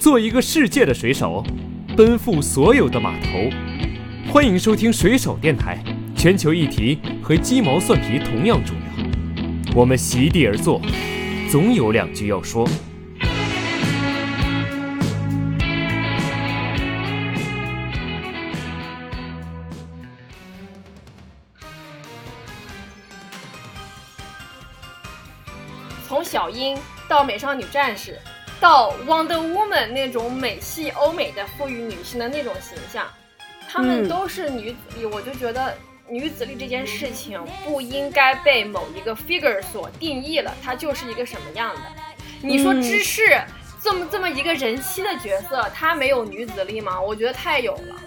做一个世界的水手，奔赴所有的码头。欢迎收听水手电台，全球议题和鸡毛蒜皮同样重要。我们席地而坐，总有两句要说。 从小樱到美少女战士，到 Wonder Woman 那种美系欧美的赋予女性的那种形象，她们都是女子力。我就觉得女子力这件事情不应该被某一个 figure 所定义了，它就是一个什么样的。你说芝士这么一个人妻的角色，她没有女子力吗？我觉得太有了。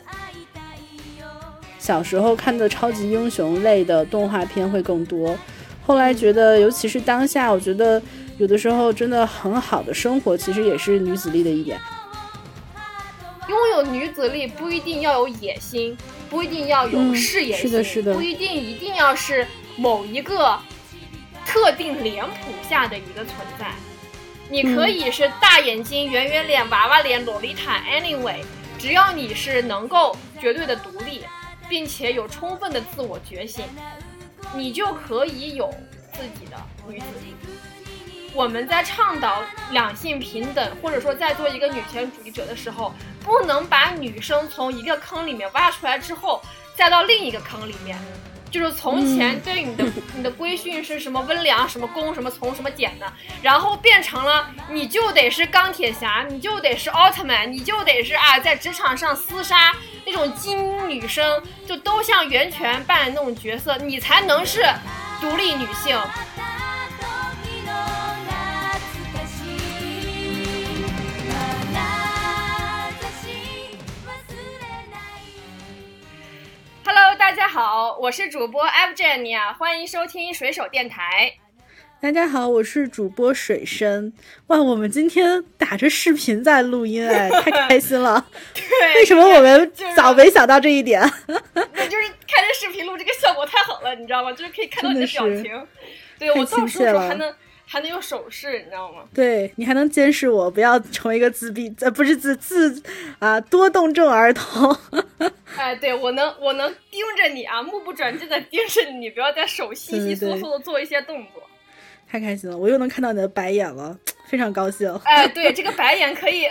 小时候看的超级英雄类的动画片会更多，后来觉得尤其是当下，我觉得有的时候真的很好的生活其实也是女子力的一点。 拥有女子力不一定要有野心，不一定要有事业心， 是的， 不一定要是某一个特定脸谱下的一个存在。你可以是大眼睛、圆圆脸、娃娃脸、洛丽塔 anyway， 只要你是能够绝对的独立，并且有充分的自我觉醒，你就可以有自己的女子力。我们在倡导两性平等，或者说在做一个女权主义者的时候，不能把女生从一个坑里面挖出来之后再到另一个坑里面。就是从前对你的规训是什么温良什么恭什么从什么俭的，然后变成了你就得是钢铁侠，你就得是奥特曼，你就得是在职场上厮杀那种精英女生，就都像袁泉扮演那种角色，你才能是独立女性。Hello， 大家好，我是主播 Evgenia， 欢迎收听水手电台。 大家好，我是主播水深。哇，我们今天打着视频在录音，太开心了。 对， 为什么我们早没想到这一点？ 那就是开着视频录，这个效果太好了，你知道吗？就是可以看到你的表情。对，我到时候还能用手势，你知道吗？ 对，你还能监视我，不要成为一个不是多动症儿童。 对，我能盯着你目不转睛的盯着你，不要再手稀稀嗦嗦的做一些动作。 太开心了，我又能看到你的白眼了，非常高兴。 对，这个白眼可以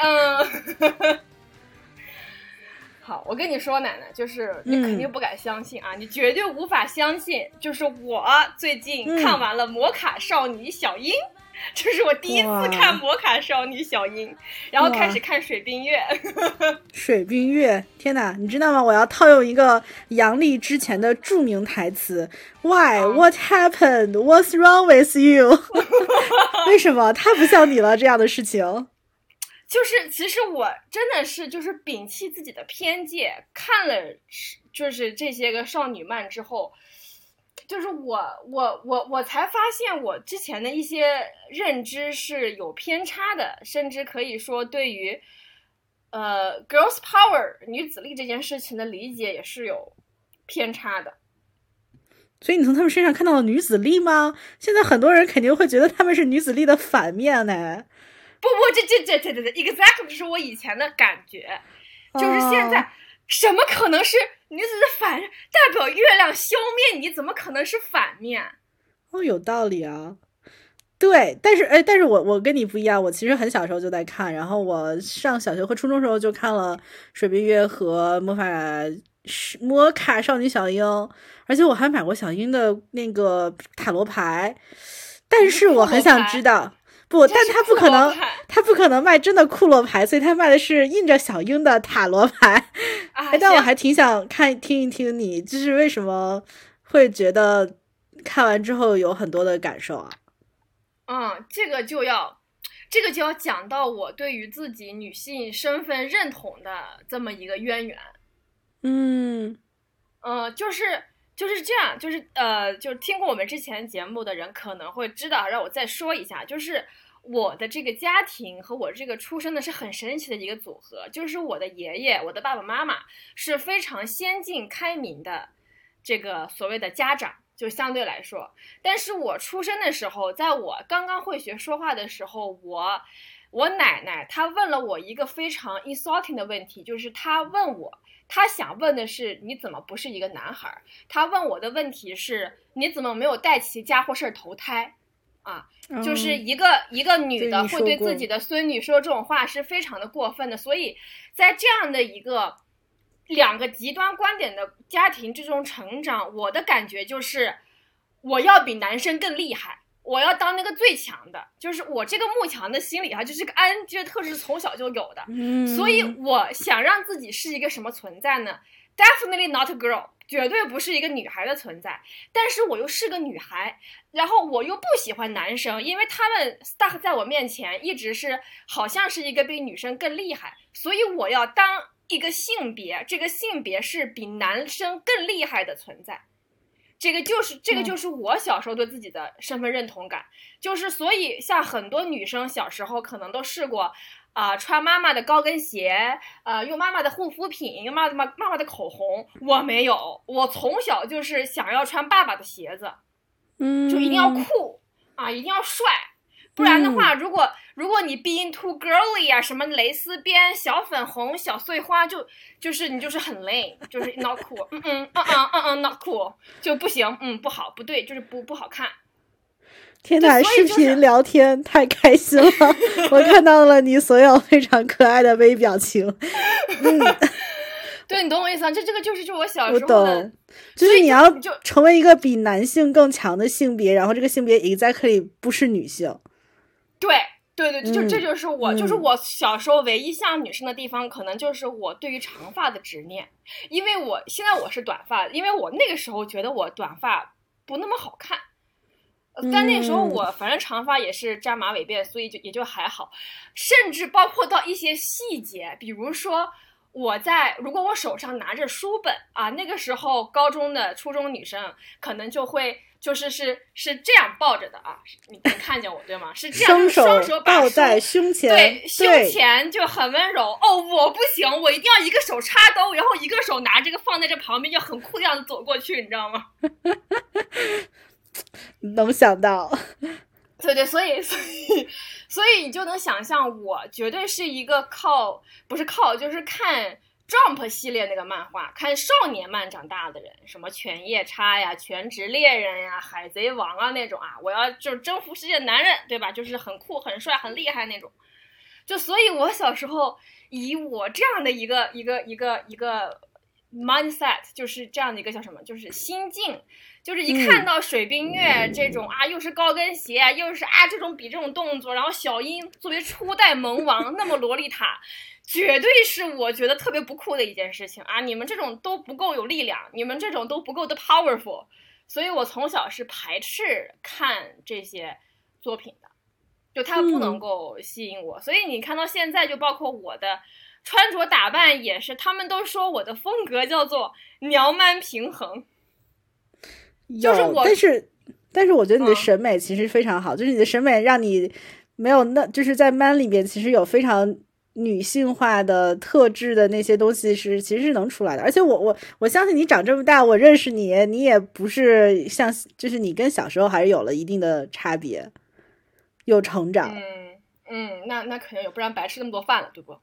好，我跟你说奶奶，就是你肯定不敢相信你绝对无法相信，就是我最近看完了魔卡少女小樱，这是我第一次看魔卡少女小樱，然后开始看水冰月。 水冰月，天哪，你知道吗？我要套用一个杨笠之前的著名台词 Why? What happened? What's wrong with you? 为什么太不像你了这样的事情？ 就是其实我真的是就是摒弃自己的偏见，看了就是这些个少女漫之后，就是我才发现我之前的一些认知是有偏差的，甚至可以说对于girls power 女子力这件事情的理解也是有偏差的。 所以你从他们身上看到了女子力吗？现在很多人肯定会觉得他们是女子力的反面呢。 不，这 exactly 是我以前的感觉，就是现在什么可能是女子的反，代表月亮消灭你，怎么可能是反面？ 有道理啊。对，但是我跟你不一样，我其实很小时候就在看，然后我上小学和初中时候就看了水冰月和魔卡少女小樱，而且我还买过小樱的那个塔罗牌，但是我很想知道。不，但他不可能卖真的库洛牌，所以他卖的是印着小樱的塔罗牌。但我还挺想听一听你，就是为什么会觉得看完之后有很多的感受啊？ 这个就要讲到我对于自己女性身份认同的这么一个渊源。就是这样，就是听过我们之前节目的人可能会知道，让我再说一下，就是我的这个家庭和我这个出生的是很神奇的一个组合，就是我的爷爷，我的爸爸妈妈是非常先进开明的这个所谓的家长，就相对来说，但是我出生的时候，在我刚刚会学说话的时候， 我奶奶她问了我一个非常 insulting 的问题，就是她问我，她想问的是你怎么不是一个男孩？她问我的问题是你怎么没有带齐家伙事儿投胎？啊，就是一个女的会对自己的孙女说这种话是非常的过分的，所以在这样的一个两个极端观点的家庭之中成长，我的感觉就是我要比男生更厉害，我要当那个最强的，就是我这个慕强的心理就是个安这个特质从小就有的，所以我想让自己是一个什么存在呢？ Definitely not a girl， 绝对不是一个女孩的存在，但是我又是个女孩，然后我又不喜欢男生，因为他们 stuck 在我面前一直是好像是一个比女生更厉害，所以我要当一个性别，这个性别是比男生更厉害的存在。这个就是我小时候对自己的身份认同感，就是所以像很多女生小时候可能都试过穿妈妈的高跟鞋，用妈妈的护肤品，用妈妈的口红，我没有，我从小就是想要穿爸爸的鞋子，就一定要酷一定要帅，不然的话，如果你 being too girly 什么蕾丝边、小粉红、小碎花，就是你就是很 lame， 就是 not cool， not cool， 就不行，不好，不对，就是不好看。 天哪，视频聊天太开心了，我看到了你所有非常可爱的微表情。 对，你懂我意思啊？这个就是我小时候的， 我懂，就是你要成为一个比男性更强的性别，然后这个性别 exactly 不是女性。 对，这就是我，就是我小时候唯一像女生的地方，可能就是我对于长发的执念，因为我现在我是短发，因为我那个时候觉得我短发不那么好看。但那时候我反正长发也是扎马尾辫，所以也就还好，甚至包括到一些细节，比如说如果我手上拿着书本那个时候高中的初中女生可能就会是这样抱着的你能看见我对吗？是这样，双手抱在胸前， 对，胸前就很温柔。我不行，我一定要一个手插兜，然后一个手拿这个放在这旁边，就很酷的样子走过去，你知道吗？ 能想到， 对，所以你就能想象，我绝对是一个就是看 Jump 系列那个漫画，看少年漫长大的人，什么犬夜叉呀、全职猎人呀、海贼王那种我要就是征服世界的男人，对吧？就是很酷、很帅、很厉害那种。就所以，我小时候以我这样的一个 mindset， 就是这样的一个叫什么，就是心境。就是一看到水冰月这种又是高跟鞋，又是这种比这种动作，然后小樱作为初代萌王那么洛丽塔，绝对是我觉得特别不酷的一件事情你们这种都不够有力量，你们这种都不够的 powerful， 所以我从小是排斥看这些作品的，就它不能够吸引我，所以你看到现在，就包括我的穿着打扮也是，他们都说我的风格叫做娘man平衡。就是我， 但是我觉得你的审美其实非常好，就是你的审美让你没有就是在 man 里边其实有非常女性化的特质的那些东西其实是能出来的，而且我相信你长这么大，我认识你也不是像，就是你跟小时候还是有了一定的差别，有成长。 那肯定有，不然白吃那么多饭了，对不？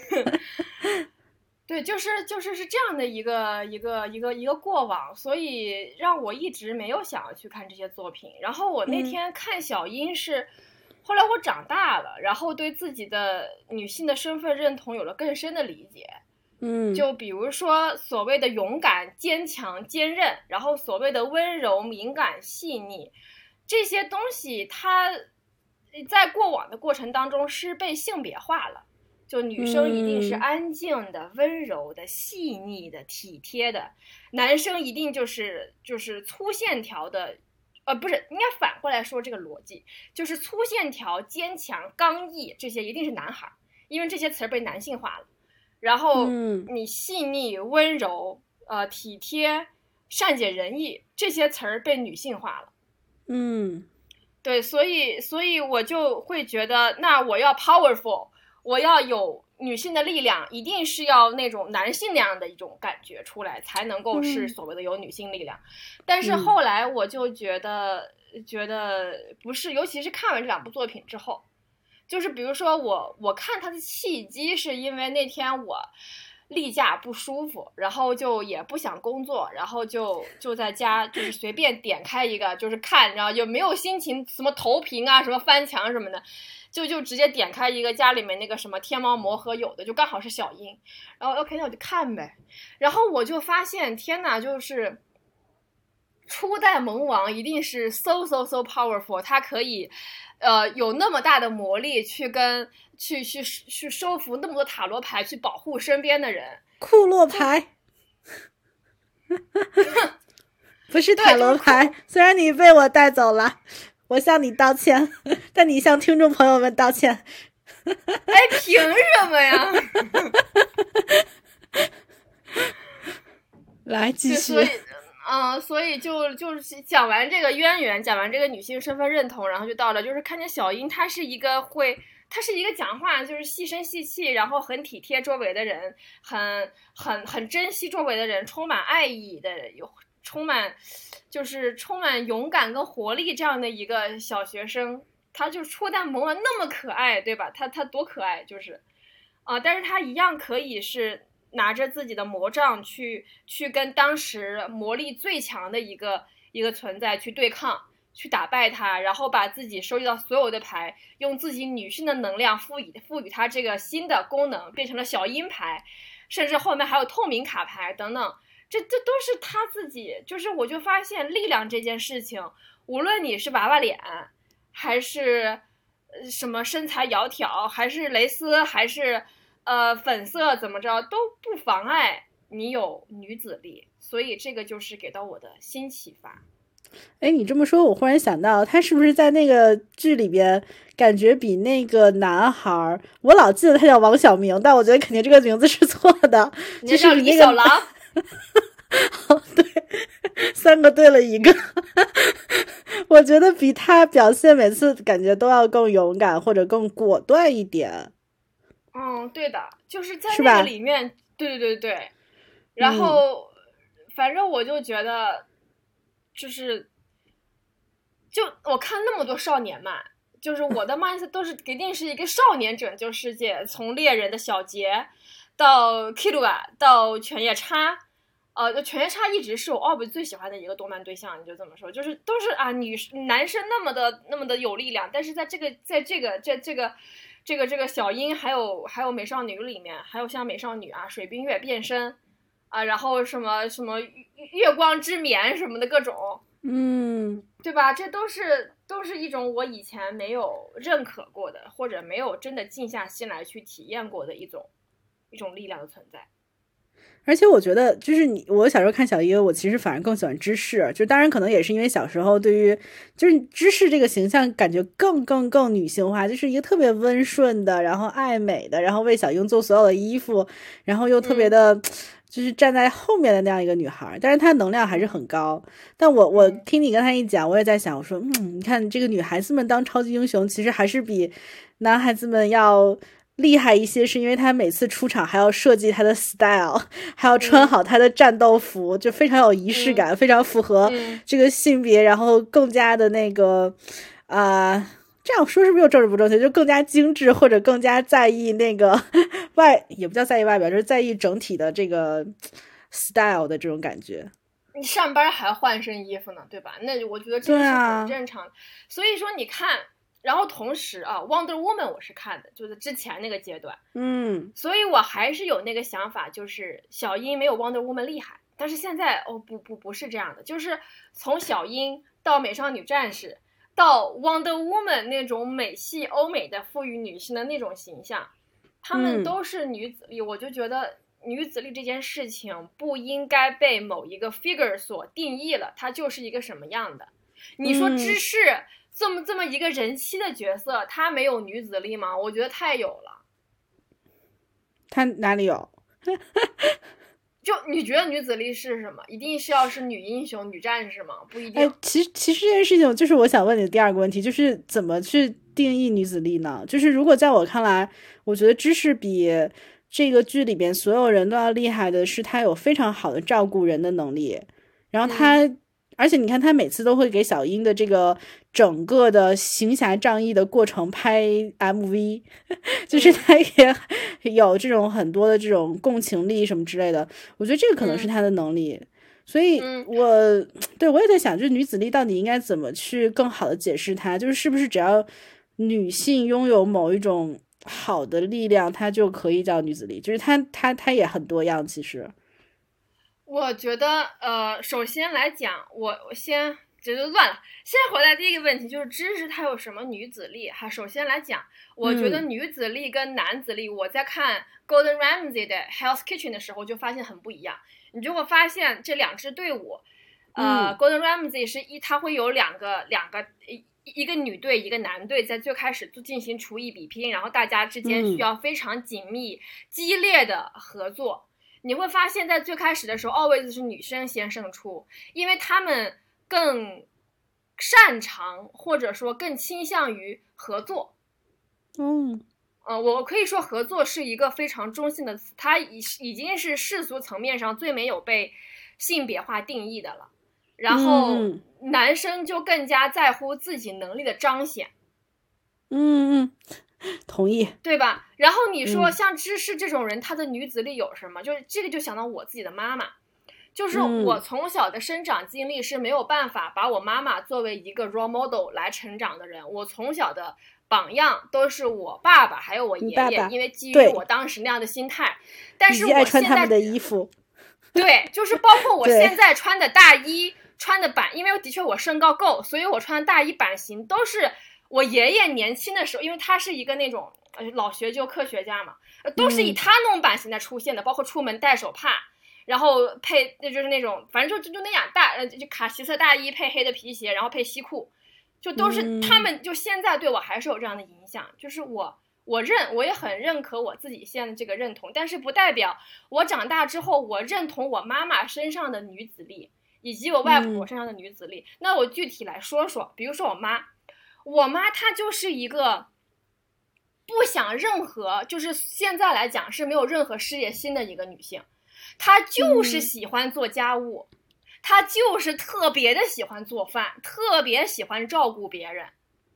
对，就是这样的一个过往，所以让我一直没有想要去看这些作品。然后我那天看小樱是，后来我长大了，然后对自己的女性的身份认同有了更深的理解。就比如说所谓的勇敢、坚强、坚韧，然后所谓的温柔、敏感、细腻，这些东西它在过往的过程当中是被性别化了。就女生一定是安静的、温柔的、细腻的、体贴的，男生一定就是粗线条的，不是，应该反过来说这个逻辑，就是粗线条、坚强、刚毅，这些一定是男孩，因为这些词被男性化了。然后你细腻、温柔、体贴、善解人意，这些词儿被女性化了。对，所以我就会觉得，那我要 powerful。我要有女性的力量，一定是要那种男性那样的一种感觉出来，才能够是所谓的有女性力量。但是后来我就觉得不是，尤其是看完这两部作品之后， 就是比如说我看他的契机是因为那天我例假不舒服，然后就也不想工作，然后就在家就是随便点开一个就是看，然后就没有心情什么投屏啊什么翻墙什么的，就直接点开一个家里面那个什么天猫魔盒有的，就刚好是小樱，然后 OK 那我就看呗，然后我就发现天哪，就是初代萌王一定是 so powerful， 他可以有那么大的魔力去收服那么多塔罗牌，去保护身边的人。 库洛牌不是塔罗牌，就是虽然你被我带走了，我向你道歉，但你向听众朋友们道歉。 哎，凭什么呀？ 来继续。 所以就是讲完这个渊源，讲完这个女性身份认同，然后就到了就是看见小樱，她是一个讲话就是细声细气，然后很体贴周围的人，很珍惜周围的人，充满爱意的，充满勇敢跟活力这样的一个小学生，她就初代萌王那么可爱，对吧？她多可爱，就是但是她一样可以是拿着自己的魔杖去跟当时魔力最强的一个存在去对抗，去打败他，然后把自己收集到所有的牌，用自己女性的能量赋予他这个新的功能，变成了小樱牌，甚至后面还有透明卡牌等等，这都是他自己。就是我就发现力量这件事情，无论你是娃娃脸，还是什么身材窈窕，还是蕾丝，还是粉色怎么着，都不妨碍你有女子力，所以这个就是给到我的新启发。 哎，你这么说，我忽然想到，他是不是在那个剧里边，感觉比那个男孩，我老记得他叫王小明，但我觉得肯定这个名字是错的，就是李小狼。 哦，对，3个对了1个。我觉得比他表现每次感觉都要更勇敢或者更果断一点。 对的，就是在那个里面，对。然后，反正我就觉得。就我看那么多少年漫，就是我的 mindset 都是一定是一个少年拯救世界，从猎人的小杰到 Killua 到犬夜叉，犬夜叉一直是我奥比最喜欢的一个动漫对象，你就这么说，就是都是男生那么的有力量，但是在这个小樱还有美少女里面，还有像美少女啊水冰月变身。然后什么月光之眠什么的各种，对吧？这都是一种我以前没有认可过的，或者没有真的静下心来去体验过的一种力量的存在。 而且我觉得，就是我小时候看小樱，我其实反而更喜欢芝士，就当然可能也是因为小时候对于就是芝士这个形象感觉更女性化，就是一个特别温顺的，然后爱美的，然后为小樱做所有的衣服，然后又特别的。就是站在后面的那样一个女孩，但是她能量还是很高。但我听你刚才一讲，我也在想，我说你看这个女孩子们当超级英雄，其实还是比男孩子们要厉害一些，是因为她每次出场还要设计她的 style， 还要穿好她的战斗服，就非常有仪式感，非常符合这个性别，然后更加的那个这样说是不是又政治不正确？就更加精致，或者更加在意那个也不叫在意外表，就是在意整体的这个 style 的这种感觉。 你上班还换身衣服呢，对吧？那我觉得这个是很正常的。所以说你看，然后同时Wonder Woman 我是看的，就是之前那个阶段，所以我还是有那个想法，就是小樱没有 Wonder Woman 厉害。但是现在不是这样的，就是从小樱到美少女战士。到 Wonder Woman 那种美系欧美的赋予女性的那种形象，她们都是女子力，我就觉得女子力这件事情不应该被某一个 figure 所定义了，它就是一个什么样的。你说芝士这么一个人妻的角色，她没有女子力吗？我觉得太有了。 她哪里有？ 就你觉得女子力是什么？一定是要是女英雄、女战士吗？不一定。 其实这件事情就是我想问你的第二个问题，就是怎么去定义女子力呢？就是如果在我看来，我觉得芝士比这个剧里边所有人都要厉害的是，她有非常好的照顾人的能力，然后她而且你看他每次都会给小樱的这个整个的行侠仗义的过程拍 MV， 就是他也有这种很多的这种共情力什么之类的，我觉得这个可能是他的能力。所以我也在想，就是女子力到底应该怎么去更好的解释它，就是是不是只要女性拥有某一种好的力量，她就可以叫女子力，就是她也很多样。其实我觉得首先来讲，我先这就乱了。先回来第一个问题，就是知识它有什么女子力哈？首先来讲，我觉得女子力跟男子力，我在看 Gordon Ramsay 的 Hell's Kitchen 的时候就发现很不一样。你就会发现这两支队伍，Gordon Ramsay 是他会有两个一个女队一个男队在最开始就进行厨艺比拼，然后大家之间需要非常紧密激烈的合作。你会发现在最开始的时候 always 是女生先胜出，因为他们更擅长或者说更倾向于合作。我可以说合作是一个非常中性的词，它已经是世俗层面上最没有被性别化定义的了。然后男生就更加在乎自己能力的彰显。 同意， 对吧？然后你说像芝士这种人，他的女子力有什么？就是这个就想到我自己的妈妈，就是我从小的生长经历是没有办法把我妈妈作为一个 role model 来成长的人，我从小的榜样都是我爸爸还有我爷爷，因为基于我当时那样的心态。但是我爱穿他们的衣服， 对，就是包括我现在穿的大衣穿的版，因为的确我身高够，所以我穿的大衣版型都是我爷爷年轻的时候，因为他是一个那种老学究科学家嘛，都是以他那种版型的出现的，包括出门戴手帕，然后配就是那种反正就那样就卡其色大衣配黑的皮鞋，然后配西裤，就都是他们就现在对我还是有这样的影响，就是我也很认可我自己现在的这个认同，但是不代表我长大之后我认同我妈妈身上的女子力以及我外婆身上的女子力。那我具体来说说，比如说我妈她就是一个不想任何，就是现在来讲是没有任何事业心的一个女性，她就是喜欢做家务，她就是特别的喜欢做饭，特别喜欢照顾别人。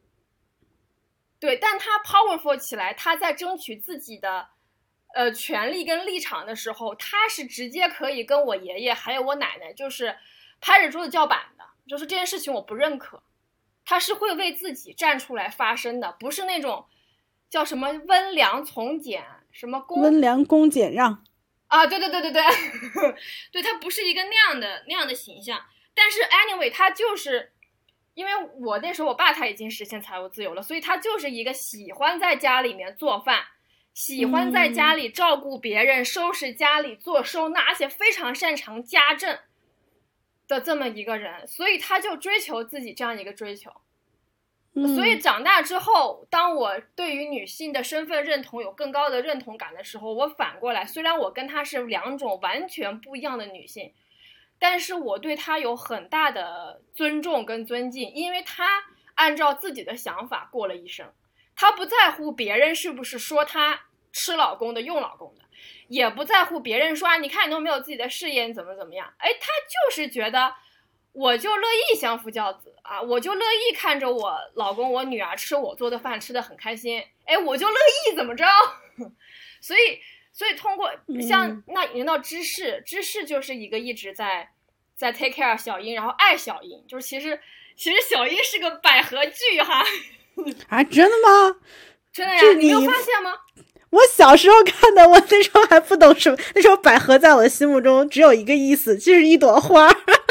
对，但她 powerful 起来，她在争取自己的权利跟立场的时候，她是直接可以跟我爷爷还有我奶奶就是拍着桌子叫板的，就是这件事情我不认可。他是会为自己站出来发声的，不是那种叫什么温良从简，什么温良恭俭让啊，对，对，他不是一个那样的形象。但是 anyway， 他就是因为我那时候我爸他已经实现财务自由了，所以他就是一个喜欢在家里面做饭，喜欢在家里照顾别人，收拾家里做收纳，而且非常擅长家政的这么一个人，所以他就追求自己这样一个追求。所以长大之后，当我对于女性的身份认同有更高的认同感的时候，我反过来，虽然我跟她是两种完全不一样的女性，但是我对她有很大的尊重跟尊敬，因为她按照自己的想法过了一生，她不在乎别人是不是说她吃老公的用老公的，也不在乎别人说你看你都没有自己的事业，你怎么样，她就是觉得我就乐意相夫教子啊，我就乐意看着我老公我女儿吃我做的饭吃得很开心，我就乐意怎么着。所以通过像那引到芝士就是一个一直在 take care 小樱，然后爱小樱，就是其实小樱是个百合剧哈。 啊，真的吗？ 真的呀，你没有发现吗？ 我小时候看的，我那时候还不懂什么，那时候百合在我的心目中只有一个意思，就是一朵花。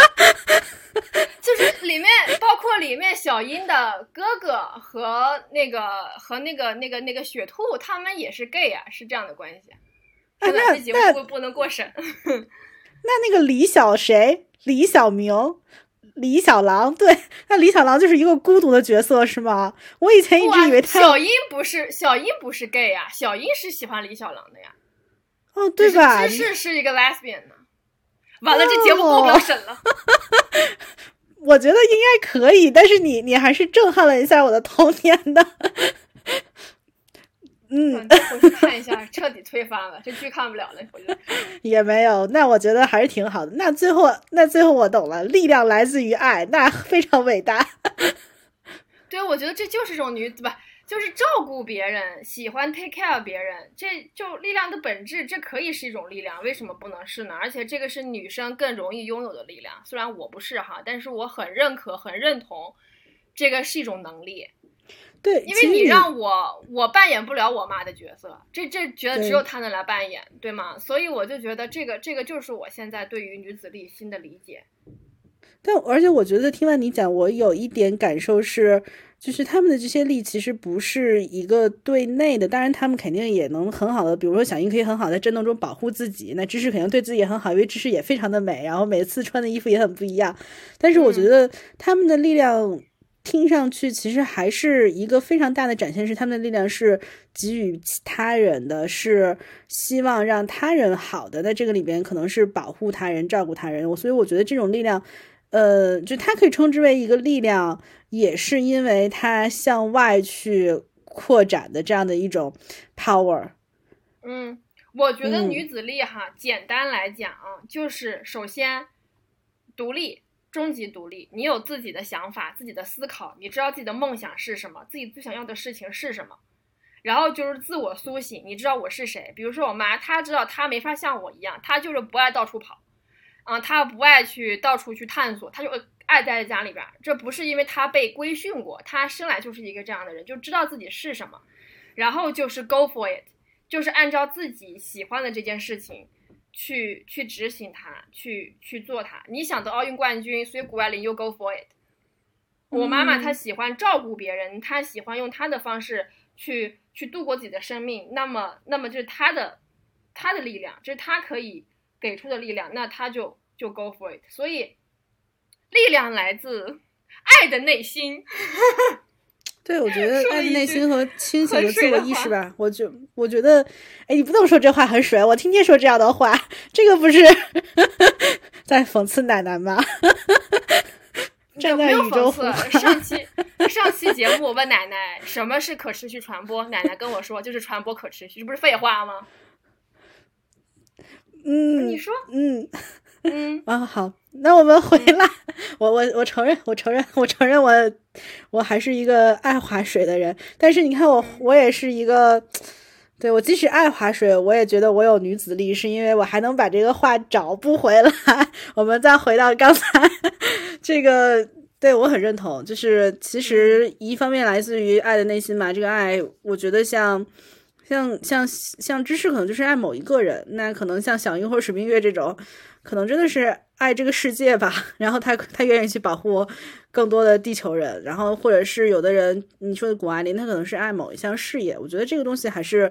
就是里面包括里面小樱的哥哥和那个雪兔，他们也是 gay 啊，是这样的关系。这节目不能过审。 那个李小明、李小狼，对，那李小狼就是一个孤独的角色是吗？我以前一直以为他小樱不是 gay 啊，小樱是喜欢李小狼的呀。 哦，对吧？ 芝士是一个 lesbian 呢。完了，这节目过不了审了。 我觉得应该可以，但是你还是震撼了一下我的童年的。 回去看一下，彻底推翻了，这剧看不了了，我觉得也没有。那我觉得还是挺好的。那最后我懂了，力量来自于爱，那非常伟大。 对，我觉得这就是这种女子吧，就是照顾别人，喜欢 take care 别人，这就力量的本质，这可以是一种力量，为什么不能是呢？而且这个是女生更容易拥有的力量，虽然我不是哈，但是我很认可、很认同，这个是一种能力。 对， 因为你让我扮演不了我妈的角色，这觉得只有她能来扮演，对吗？所以我就觉得这个就是我现在对于女子力新的理解。 但而且我觉得听完你讲，我有一点感受是，就是他们的这些力其实不是一个对内的，当然他们肯定也能很好的，比如说小樱可以很好在战斗中保护自己，那芝士肯定对自己也很好，因为芝士也非常的美，然后每次穿的衣服也很不一样。但是我觉得他们的力量听上去其实还是一个非常大的展现，是他们的力量是给予他人的，是希望让他人好的，在这个里边可能是保护他人、照顾他人。所以我觉得这种力量就它可以称之为一个力量，也是因为它向外去扩展的这样的一种 power。 我觉得女子力哈，简单来讲就是首先独立，终极独立，你有自己的想法，自己的思考，你知道自己的梦想是什么，自己最想要的事情是什么。然后就是自我苏醒，你知道我是谁。比如说我妈，她知道她没法像我一样，她就是不爱到处跑她不爱去到处去探索，她就爱待在家里边。这不是因为她被规训过，她生来就是一个这样的人，就知道自己是什么，然后就是 go for it， 就是按照自己喜欢的这件事情去执行它，去做它。你想得奥运冠军，所以谷爱凌又 go for it。我妈妈她喜欢照顾别人，她喜欢用她的方式去度过自己的生命，那么这是她的力量，这是她可以给出的力量，那她就 go for it。所以力量来自爱的内心。 对，我觉得爱的内心和清醒的自我意识吧，我觉得，哎，你不能说这话很水，我听见说这样的话，这个不是在讽刺奶奶吗？站在宇宙上期节目我问奶奶什么是可持续传播，奶奶跟我说就是传播可持续，这不是废话吗？你说好，那我们回来，我承认我还是一个爱划水的人，但是你看我也是一个，对，我即使爱划水，我也觉得我有女子力，是因为我还能把这个话找不回来。我们再回到刚才这个，对，我很认同，就是其实一方面来自于爱的内心嘛，这个爱我觉得像芝士可能就是爱某一个人，那可能像小樱或者水冰月这种可能真的是爱这个世界吧，然后他愿意去保护更多的地球人，然后或者是有的人你说的谷爱凌，他可能是爱某一项事业。我觉得这个东西还是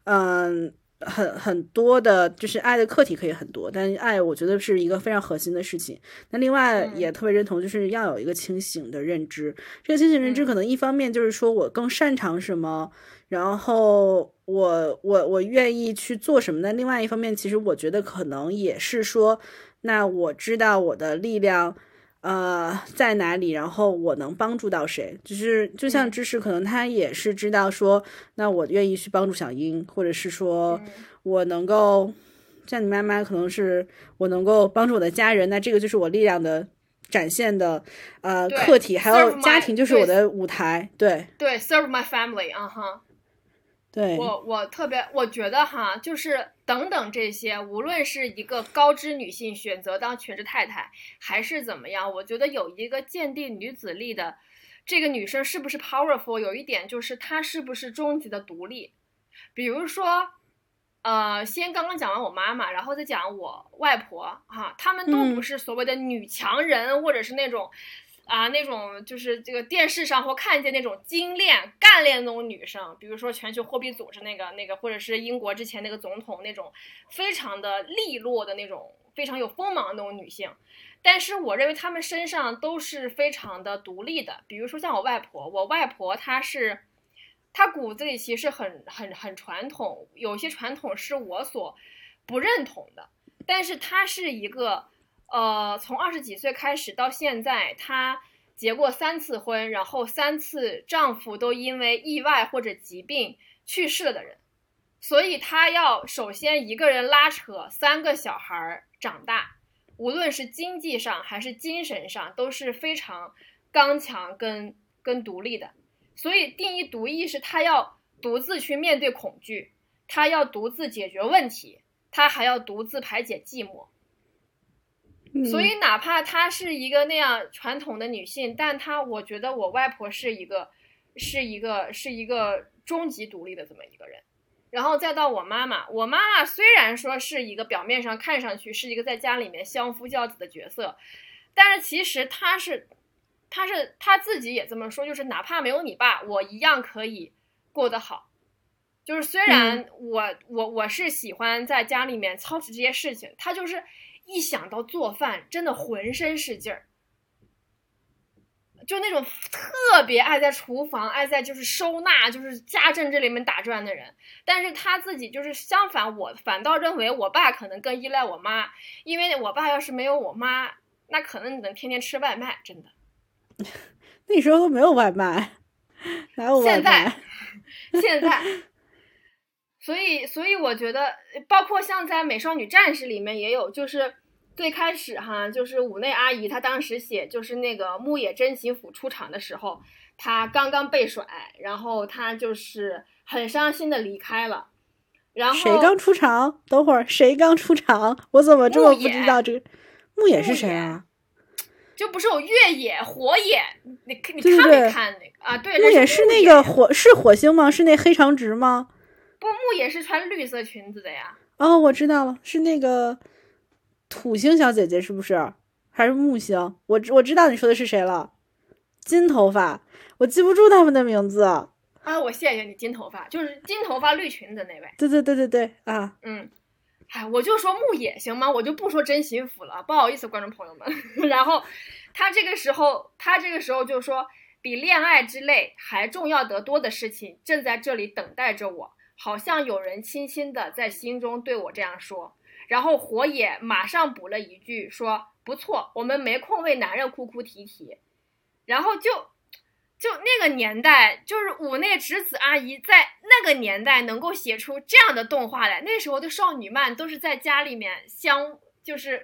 很多的，就是爱的课题可以很多，但爱我觉得是一个非常核心的事情。那另外也特别认同，就是要有一个清醒的认知。这个清醒认知可能一方面就是说我更擅长什么，然后我愿意去做什么呢？另外一方面，其实我觉得可能也是说，那我知道我的力量在哪里，然后我能帮助到谁，就像芝士可能他也是知道说，那我愿意去帮助小樱，或者是说我能够像你妈妈可能是我能够帮助我的家人，那这个就是我力量的展现的课题，还有家庭就是我的舞台。对 serve my family 对， 我觉得就是等等这些，无论是一个高知女性选择当全职太太，还是怎么样，我觉得有一个鉴定女子力的这个女生是不是 powerful， 有一点就是她是不是终极的独立。比如说，先刚刚讲完我妈妈，然后再讲我外婆她们都不是所谓的女强人，或者是那种。那种就是这个电视上或看见那种精炼干练那种女生，比如说全球货币组织那个，或者是英国之前那个总统那种非常的利落的那种非常有锋芒的那种女性，但是我认为她们身上都是非常的独立的。比如说像我外婆她骨子里其实很传统，有些传统是我所不认同的，但是她是一个从20几岁开始到现在，她结过3次婚，然后3次丈夫都因为意外或者疾病去世了的人，所以他要首先一个人拉扯3个小孩长大，无论是经济上还是精神上都是非常刚强跟独立的。所以定义独立是他要独自去面对恐惧，他要独自解决问题，他还要独自排解寂寞。所以哪怕她是一个那样传统的女性，但我觉得我外婆是一个终极独立的这么一个人。然后再到我妈妈虽然说是一个表面上看上去是一个在家里面相夫教子的角色，但是其实她自己也这么说，就是哪怕没有你爸，我一样可以过得好。就是虽然我是喜欢在家里面操持这些事情，她就是一想到做饭真的浑身是劲儿，就那种特别爱在厨房爱在就是收纳就是家政这里面打转的人。但是他自己就是相反，我反倒认为我爸可能更依赖我妈，因为我爸要是没有我妈，那可能只能天天吃外卖。真的那时候都没有外卖，哪有外卖？ 现在所以我觉得包括像在美少女战士里面也有，就是最开始就是武内阿姨她当时写就是那个木野真行辅出场的时候，她刚刚被甩，然后她就是很伤心的离开了。然后谁刚出场？等会儿谁刚出场？我怎么这么不知道这个木野是谁啊？ 就不是有月野火野，你看没看那个啊？对， 木野是那个火星吗？是那黑长直吗？ 不，木野是穿绿色裙子的呀。 哦，我知道了，是那个土星小姐姐是不是？还是木星？我知道你说的是谁了，金头发，我记不住他们的名字啊。 我谢谢你，金头发就是金头发绿裙子那位。 对啊。 我就说木野行吗？我就不说真行辅了，不好意思观众朋友们。然后他这个时候就说，比恋爱之类还重要得多的事情正在这里等待着我，好像有人轻轻的在心中对我这样说。然后火野马上补了一句说，不错，我们没空为男人哭哭啼啼。然后就那个年代，就是武内直子阿姨在那个年代能够写出这样的动画来，那时候的少女漫都是在家里面就是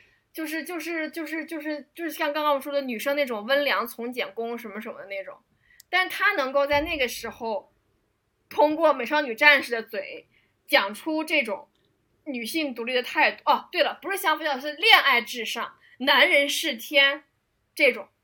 像刚刚我说的女生那种温良从简攻什么什么的那种，但她能够在那个时候通过美少女战士的嘴讲出这种女性独立的态度。哦，对了，不是相夫教子，是恋爱至上，男人是天这种。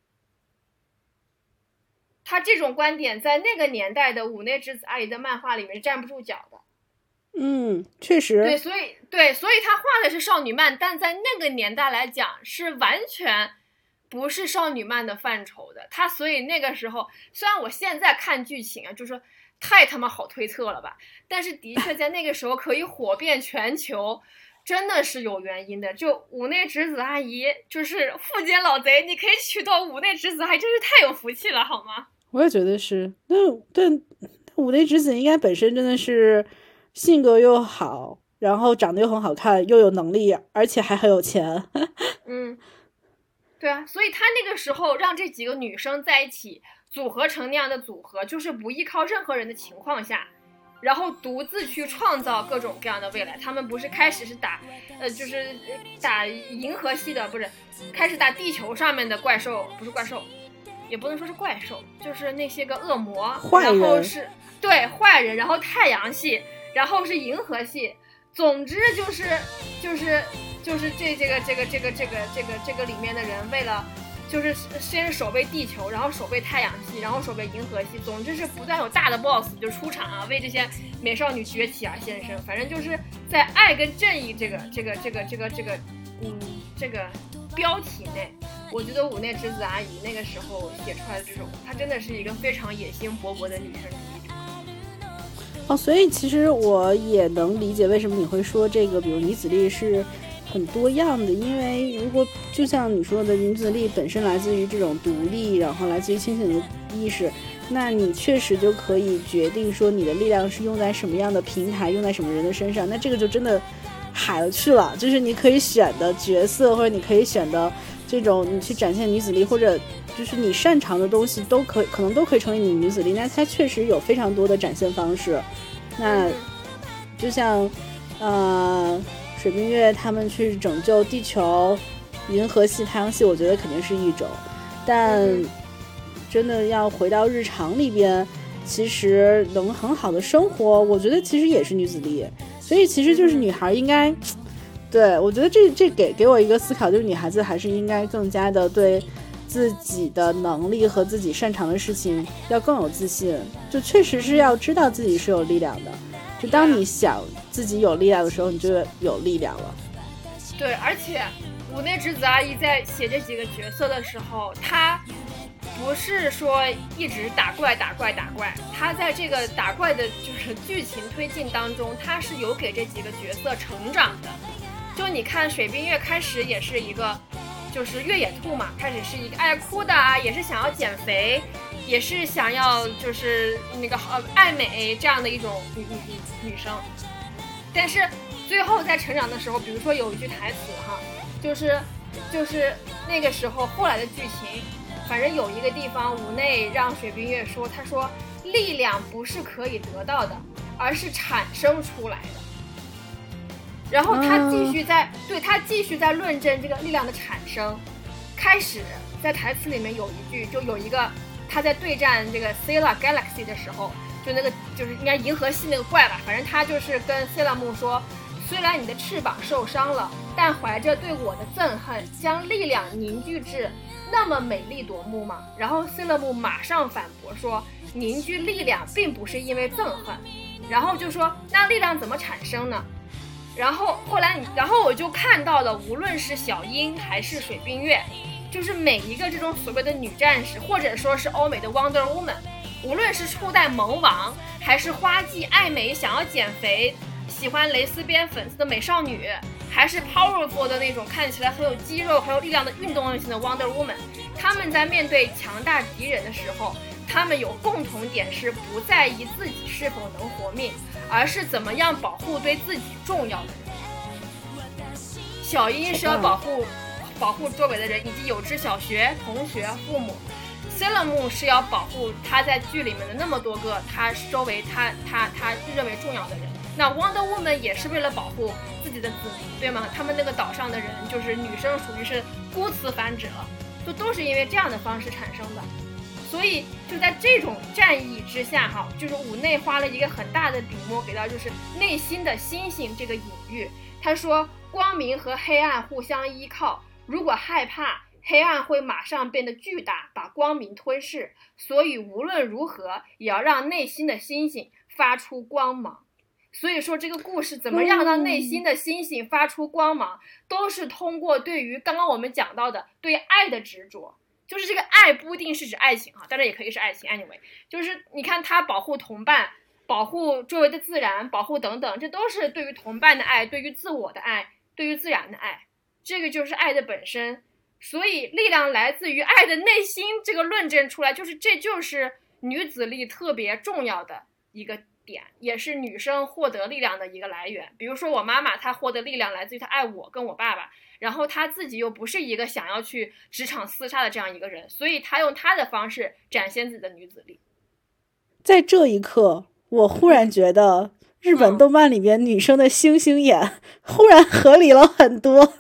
他这种观点在那个年代的武内直子阿姨的漫画里面是站不住脚的。 确实。 对，所以他画的是少女漫，但在那个年代来讲是完全不是少女漫的范畴的。所以那个时候，虽然我现在看剧情就说太他妈好推测了吧，但是的确在那个时候可以火遍全球，真的是有原因的。就武内直子阿姨就是富坚老贼，你可以娶到武内直子阿姨，真是太有福气了好吗？ 我也觉得是。但武内直子应该本身真的是性格又好，然后长得又很好看，又有能力，而且还很有钱。 对啊，所以他那个时候让这几个女生在一起组合成那样的组合，就是不依靠任何人的情况下，然后独自去创造各种各样的未来。他们不是开始是打就是打银河系的，不是开始打地球上面的怪兽，不是怪兽，也不能说是怪兽，就是那些个恶魔，然后是对坏人，然后太阳系，然后是银河系，总之就是这个里面的人为了就是先是守卫地球，然后守卫太阳系，然后守卫银河系，总之是不断有大的 boss 就出场为这些美少女崛起而献身。反正就是在爱跟正义这个标题内，我觉得武内直子阿姨那个时候写出来的这种，她真的是一个非常野心勃勃的女生主义者。 所以其实我也能理解为什么你会说这个，比如女子力是很多样的，因为如果就像你说的，女子力本身来自于这种独立，然后来自于清醒的意识，那你确实就可以决定说你的力量是用在什么样的平台，用在什么人的身上，那这个就真的海了去了。就是你可以选的角色，或者你可以选的这种你去展现女子力，或者就是你擅长的东西可能都可以成为你女子力，那它确实有非常多的展现方式。 那就像水冰月他们去拯救地球、银河系、太阳系，我觉得肯定是一种，但真的要回到日常里边，其实能很好的生活，我觉得其实也是女子力。所以其实就是女孩应该，对，我觉得这给我一个思考，就是女孩子还是应该更加的对自己的能力和自己擅长的事情要更有自信，就确实是要知道自己是有力量的，就当你想自己有力量的时候，你就有力量了。 对，而且五内直子阿姨在写这几个角色的时候，她不是说一直打怪，她在这个打怪的就是剧情推进当中，她是有给这几个角色成长的。就你看水冰月开始也是一个就是越野兔嘛，开始是一个爱哭的啊，也是想要减肥，也是想要就是那个爱美这样的一种女生。但是最后在成长的时候，比如说有一句台词哈，就是那个时候后来的剧情，反正有一个地方五内让水冰月说，他说力量不是可以得到的，而是产生出来的。然后他继续在论证这个力量的产生。开始在台词里面有一句，就有一个他在对战这个 Sailor Galaxy 的时候，就那个就是应该银河系那个怪吧，反正他就是跟 Sailor Moon 说，虽然你的翅膀受伤了，但怀着对我的憎恨，将力量凝聚至那么美丽夺目吗？然后 Sailor Moon 马上反驳说，凝聚力量并不是因为憎恨，然后就说那力量怎么产生呢？然后我就看到了，无论是小樱还是水冰月，就是每一个这种所谓的女战士，或者说是欧美的 Wonder Woman， 无论是初代萌王，还是花季爱美想要减肥喜欢蕾丝边粉丝的美少女，还是 powerful 的那种看起来很有肌肉很有力量的运动型的 Wonder Woman， 他们在面对强大敌人的时候，他们有共同点是不在意自己是否能活命，而是怎么样保护对自己重要的人。小樱是要保护周围的人以及有志小学同学父母， Sailor Moon 是要保护他在剧里面的那么多个他周围他认为重要的人。那 Wonder Woman 也是为了保护自己的子民，对吗？他们那个岛上的人就是女生属于是孤雌繁殖了，都是因为这样的方式产生的。所以就在这种战役之下哈，就是五内花了一个很大的笔墨给到就是内心的星星这个隐喻。他说光明和黑暗互相依靠，如果害怕，黑暗会马上变得巨大，把光明吞噬，所以无论如何也要让内心的星星发出光芒。所以说这个故事怎么样让内心的星星发出光芒，都是通过对于刚刚我们讲到的对爱的执着。就是这个爱不一定是指爱情哈，当然也可以是爱情 anyway， 就是你看他保护同伴，保护周围的自然，保护等等，这都是对于同伴的爱，对于自我的爱，对于自然的爱，这个就是爱的本身。所以力量来自于爱的内心，这个论证出来，这就是女子力特别重要的一个点，也是女生获得力量的一个来源。比如说我妈妈，她获得力量来自于她爱我跟我爸爸，然后她自己又不是一个想要去职场厮杀的这样一个人，所以她用她的方式展现自己的女子力。 在这一刻，我忽然觉得日本动漫里面女生的星星眼忽然合理了很多。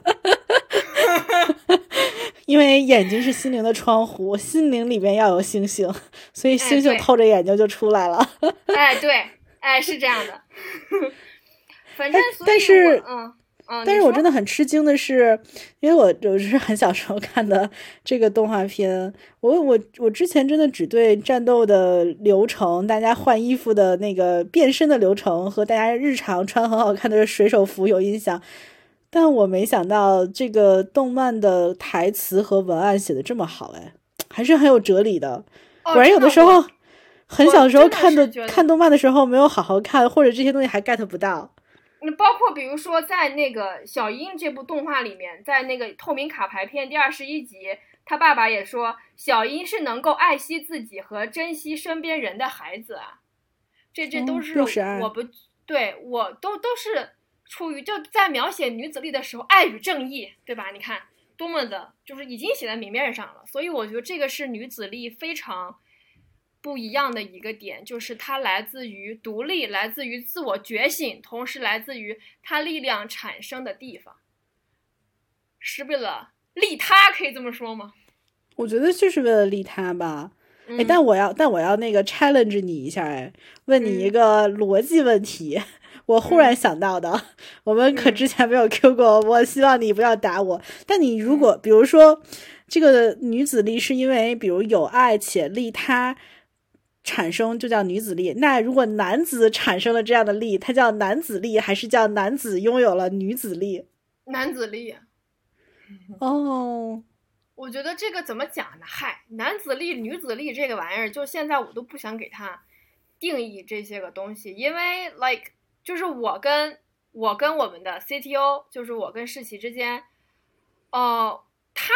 因为眼睛是心灵的窗户，心灵里面要有星星，所以星星透着眼睛就出来了。 对，是这样的。反正但是但是我真的很吃惊的是，因为我是很小时候看的这个动画片，我之前真的只对战斗的流程，大家换衣服的那个变身的流程和大家日常穿很好看的水手服有印象，但我没想到这个动漫的台词和文案写的这么好，还是很有哲理的。果然有的时候很小时候看动漫的时候没有好好看，或者这些东西还 get 不到。 包括比如说在那个小樱这部动画里面，在那个透明卡牌片第21集，他爸爸也说小樱是能够爱惜自己和珍惜身边人的孩子啊。这都是我不对，我都是出于就在描写女子力的时候，爱与正义，对吧？你看多么的就是已经写在明面上了，所以我觉得这个是女子力非常不一样的一个点，就是它来自于独立，来自于自我觉醒，同时来自于它力量产生的地方，是为了利他，可以这么说吗？ 我觉得就是为了利他吧。但我要那个 challenge 你一下，问你一个逻辑问题。我忽然想到的，我们可之前没有 Q 过，我希望你不要打我。但你如果比如说这个女子力是因为比如有爱且利他产生，就叫女子力。那如果男子产生了这样的力，它叫男子力，还是叫男子拥有了女子力？ 男子力。 哦， 我觉得这个怎么讲呢？嗨，男子力、女子力这个玩意儿，就现在我都不想给它定义这些个东西，因为 like 就是我跟我们的 CTO， 就是我跟世奇之间，他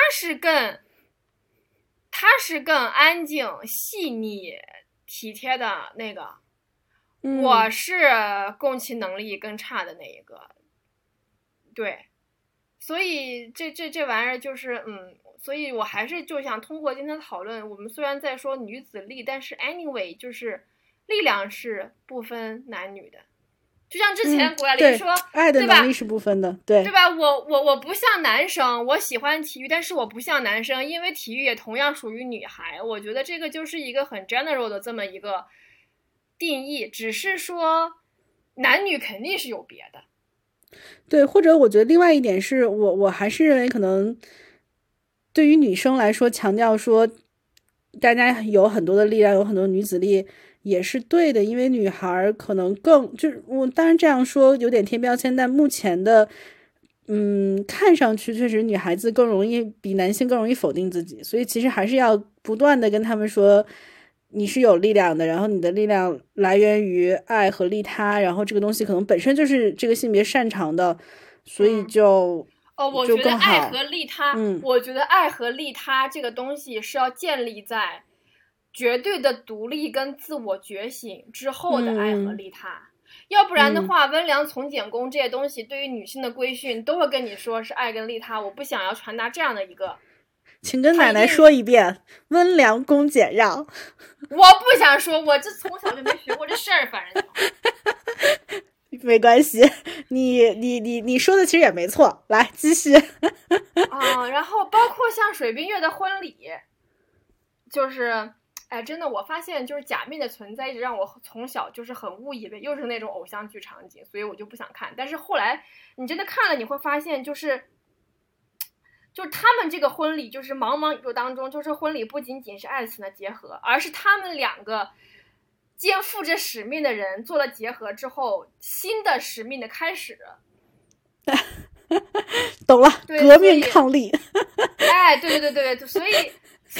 是更安静、细腻、体贴的那个，我是共情能力更差的那一个，对。所以这玩意儿就是所以我还是就想通过今天的讨论，我们虽然在说女子力，但是 anyway 就是力量是不分男女的，就像之前谷爱凌说， 爱的能力是不分的，对吧？我不像男生，我喜欢体育，但是我不像男生，因为体育也同样属于女孩。我觉得这个就是一个很 general 的这么一个定义，只是说男女肯定是有别的。 对，或者我觉得另外一点是我还是认为可能对于女生来说，强调说大家有很多的力量，有很多女子力也是对的，因为女孩可能更就是我当然这样说有点贴标签，但目前的看上去确实女孩子更容易比男性更容易否定自己，所以其实还是要不断的跟他们说你是有力量的，然后你的力量来源于爱和利他，然后这个东西可能本身就是这个性别擅长的，所以就我觉得爱和利他，我觉得爱和利他这个东西是要建立在绝对的独立跟自我觉醒之后的爱和利他，要不然的话，温良从简公这些东西对于女性的规训都会跟你说是爱跟利他，我不想要传达这样的一个。 请跟奶奶说一遍，温良恭俭让。 我不想说，我这从小就没学过这事儿，反正没关系，你说的其实也没错，来继续。 然后包括像水冰月的婚礼，就是真的，我发现就是假面的存在一直让我从小就是很误以为又是那种偶像剧场景，所以我就不想看。但是后来你真的看了，你会发现就是他们这个婚礼，就是茫茫宇宙当中，就是婚礼不仅仅是爱情的结合，而是他们两个肩负着使命的人做了结合之后，新的使命的开始。 懂了，革命抗力。 对，所以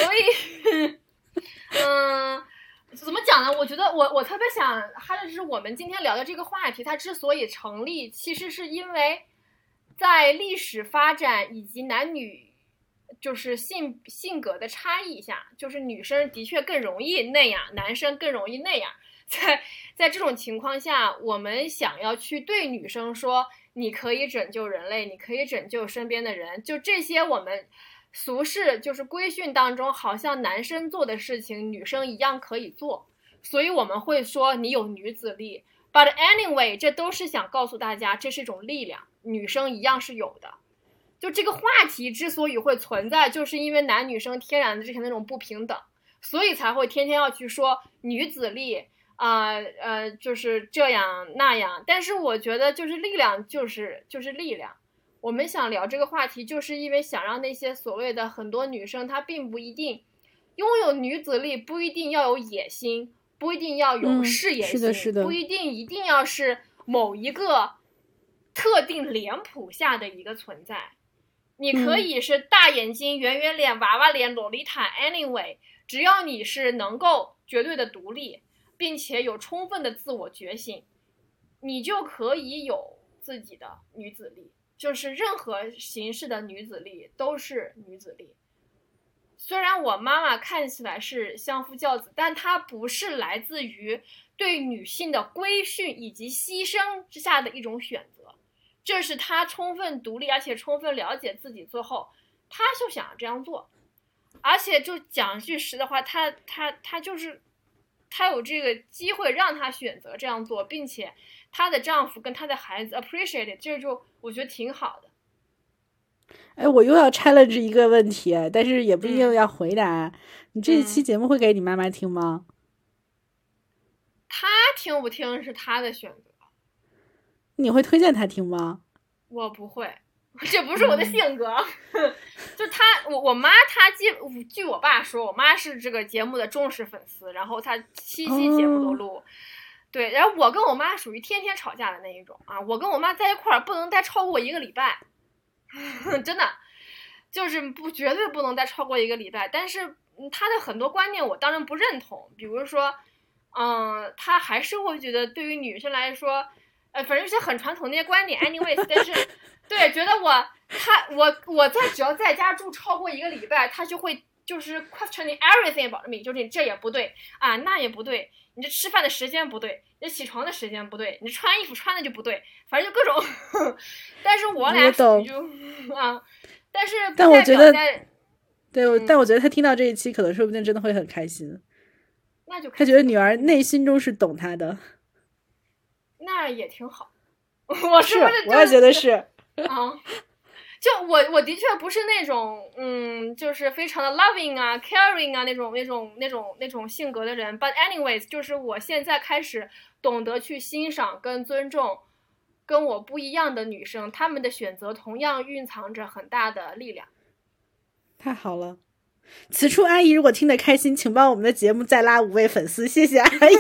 怎么讲呢？我觉得我特别想哈，就是我们今天聊的这个话题，它之所以成立，其实是因为在历史发展以及男女就是性格的差异下，就是女生的确更容易那样，男生更容易那样。在这种情况下，我们想要去对女生说你可以拯救人类，你可以拯救身边的人，就这些我们俗世就是规训当中好像男生做的事情女生一样可以做，所以我们会说你有女子力。 But anyway 这都是想告诉大家这是一种力量，女生一样是有的。就这个话题之所以会存在，就是因为男女生天然的之前那种不平等，所以才会天天要去说女子力就是这样那样。但是我觉得就是力量就是力量，我们想聊这个话题就是因为想让那些所谓的很多女生她并不一定拥有女子力，不一定要有野心，不一定要有事业心， 是的， 不一定要是某一个特定脸谱下的一个存在。你可以是大眼睛、圆圆脸、娃娃脸、洛丽塔 anyway 只要你是能够绝对的独立并且有充分的自我觉醒，你就可以有自己的女子力，就是任何形式的女子力都是女子力。虽然我妈妈看起来是相夫教子，但她不是来自于对女性的规训以及牺牲之下的一种选择，这是她充分独立而且充分了解自己之后，她就想这样做。而且就讲句实的话，她就是她有这个机会让她选择这样做，并且她的丈夫跟她的孩子 appreciate it， 这就我觉得挺好的。 哎，我又要 challenge 一个问题，但是也不一定要回答。你这一期节目会给你妈妈听吗？ 她听不听是她的选择。 你会推荐她听吗？ 我不会，这不是我的性格。就我妈，她据我爸说，我妈是这个节目的忠实粉丝，然后她7期节目都录。对，然后我跟我妈属于天天吵架的那一种啊，我跟我妈在一块儿不能待超过1个礼拜。真的就是绝对不能再超过1个礼拜。但是他的很多观念我当然不认同，比如说他还是会觉得对于女生来说反正是很传统那些观点 anyways， 但是对觉得我只要在家住超过1个礼拜，他就会就是 questioning everything about me， 就是你这也不对啊，那也不对，你这吃饭的时间不对，你起床的时间不对，你穿衣服穿的就不对，反正就各种但是我俩属于就但我觉得对， 但我觉得他听到这一期可能说不定真的会很开心， 那就他觉得女儿内心中是懂他的， 那也挺好。我是不是我也觉得是啊，就我的确不是那种就是非常的 loving 啊 caring 啊那种性格的人 but anyways， 就是我现在开始懂得去欣赏跟尊重跟我不一样的女生，她们的选择同样蕴藏着很大的力量。 太好了，此处阿姨如果听得开心，请帮我们的节目再拉5位粉丝，谢谢阿姨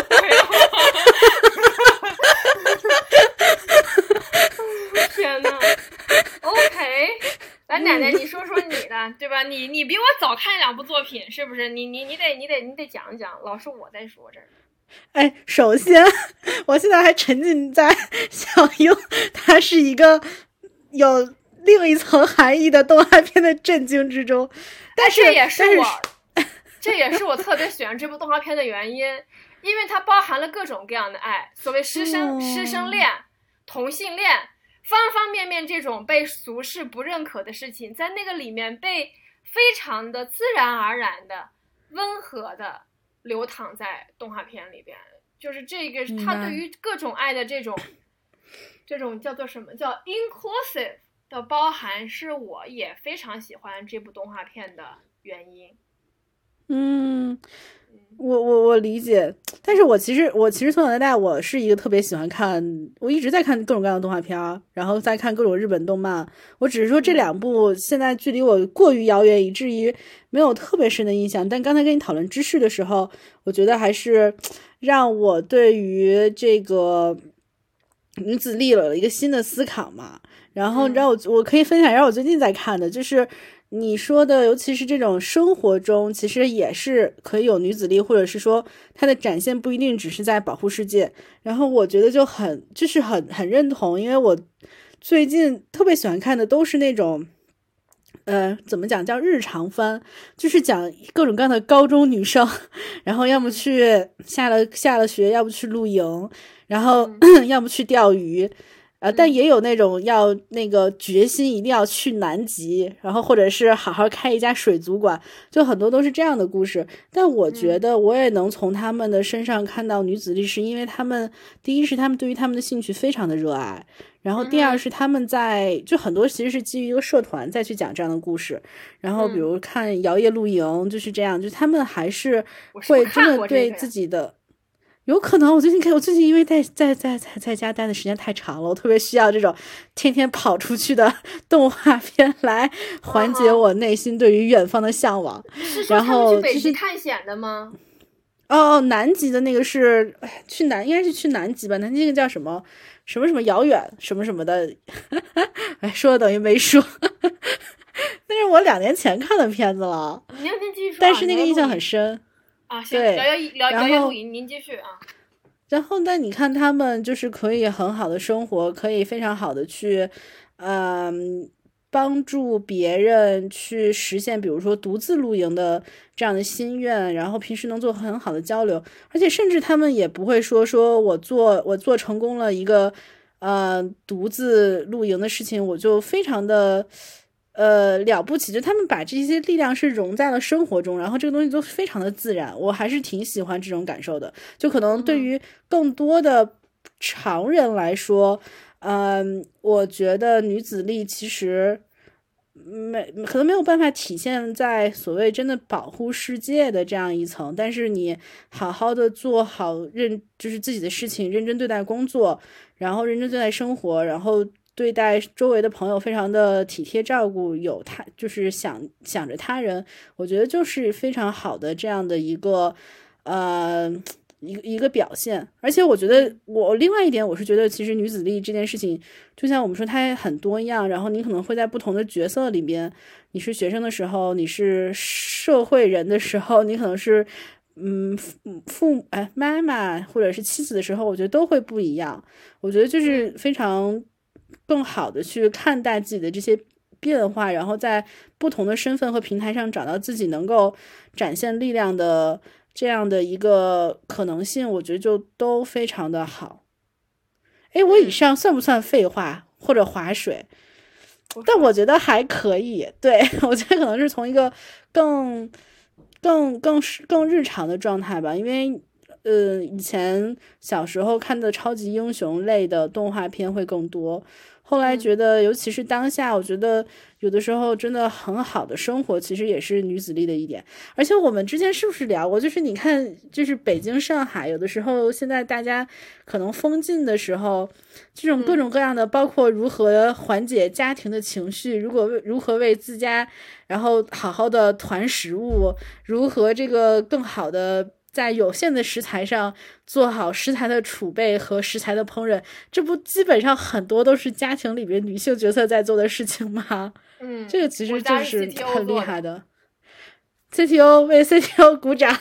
天哪 OK， 来奶奶你说说你的对吧，你比我早看2部作品是不是，你得讲讲，老是我在说这儿。 哎，首先我现在还沉浸在小樱它是一个有另一层含义的动画片的震惊之中，但是这也是我特别喜欢这部动画片的原因，因为它包含了各种各样的爱，所谓师生恋、同性恋，方方面面这种被俗世不认可的事情，在那个里面被非常的自然而然的温和的流淌在动画片里边。就是这个它对于各种爱的这种叫做什么叫 inclusive 的包含，是我也非常喜欢这部动画片的原因。 我理解，但是我其实从小到大我是一个特别喜欢看，我一直在看各种各样的动画片，然后再看各种日本动漫。我只是说这2部现在距离我过于遥远，以至于没有特别深的印象。但刚才跟你讨论知识的时候，我觉得还是让我对于这个女子力有了一个新的思考嘛。然后你知道我可以分享一下我最近在看的，就是你说的，尤其是这种生活中其实也是可以有女子力，或者是说它的展现不一定只是在保护世界。然后我觉得很认同，因为我最近特别喜欢看的都是那种怎么讲叫日常番，就是讲各种各样的高中女生，然后要么去下了学，要不去露营，然后要么去钓鱼。但也有那种要那个决心一定要去南极，然后或者是好好开一家水族馆，就很多都是这样的故事。但我觉得我也能从他们的身上看到女子力，是因为他们第一是他们对于他们的兴趣非常的热爱，然后第二是他们就很多其实是基于一个社团再去讲这样的故事。然后比如看摇曳露营就是这样，就他们还是会真的对自己的有可能我最近因为在家待的时间太长了，我特别需要这种天天跑出去的动画片来缓解我内心对于远方的向往。 是说他们去北极探险的吗？ 南极的那个是应该是去南极吧？南极那个叫什么遥远什么什么的，哎，说的等于没说。那是我2年前看的片子了， 您继续说， 但是那个印象很深。 行，聊录影，您继续啊。 然后但你看他们就是可以很好的生活，可以非常好的去帮助别人去实现比如说独自露营的这样的心愿，然后平时能做很好的交流，而且甚至他们也不会说我做成功了一个独自露营的事情，我就非常的了不起，就他们把这些力量是融在了生活中，然后这个东西都非常的自然，我还是挺喜欢这种感受的。就可能对于更多的常人来说，我觉得女子力其实可能没有办法体现在所谓真的保护世界的这样一层，但是你好好的做好就是自己的事情，认真对待工作，然后认真对待生活，然后对待周围的朋友非常的体贴照顾，就是想着他人，我觉得就是非常好的这样的一个一个表现。而且我觉得另外一点，我是觉得其实女子力这件事情，就像我们说它很多样，然后你可能会在不同的角色里边，你是学生的时候，你是社会人的时候，你可能是妈妈或者是妻子的时候，我觉得都会不一样。我觉得就是非常更好的去看待自己的这些变化，然后在不同的身份和平台上找到自己能够展现力量的这样的一个可能性，我觉得就都非常的好。我以上算不算废话或者划水？但我觉得还可以。对，我觉得可能是从一个更日常的状态吧，因为以前小时候看的超级英雄类的动画片会更多，后来觉得尤其是当下，我觉得有的时候真的很好的生活其实也是女子力的一点。而且我们之前是不是聊过，就是你看就是北京上海有的时候现在大家可能封禁的时候，这种各种各样的包括如何缓解家庭的情绪，如何为自家然后好好的团食物，如何这个更好的在有限的食材上做好食材的储备和食材的烹饪，这不基本上很多都是家庭里面女性角色在做的事情吗？ 这个其实就是很厉害的。CTO 为 CTO 鼓掌。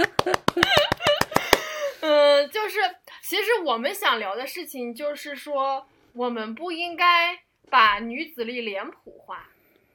就是其实我们想聊的事情就是说，我们不应该把女子力脸谱化。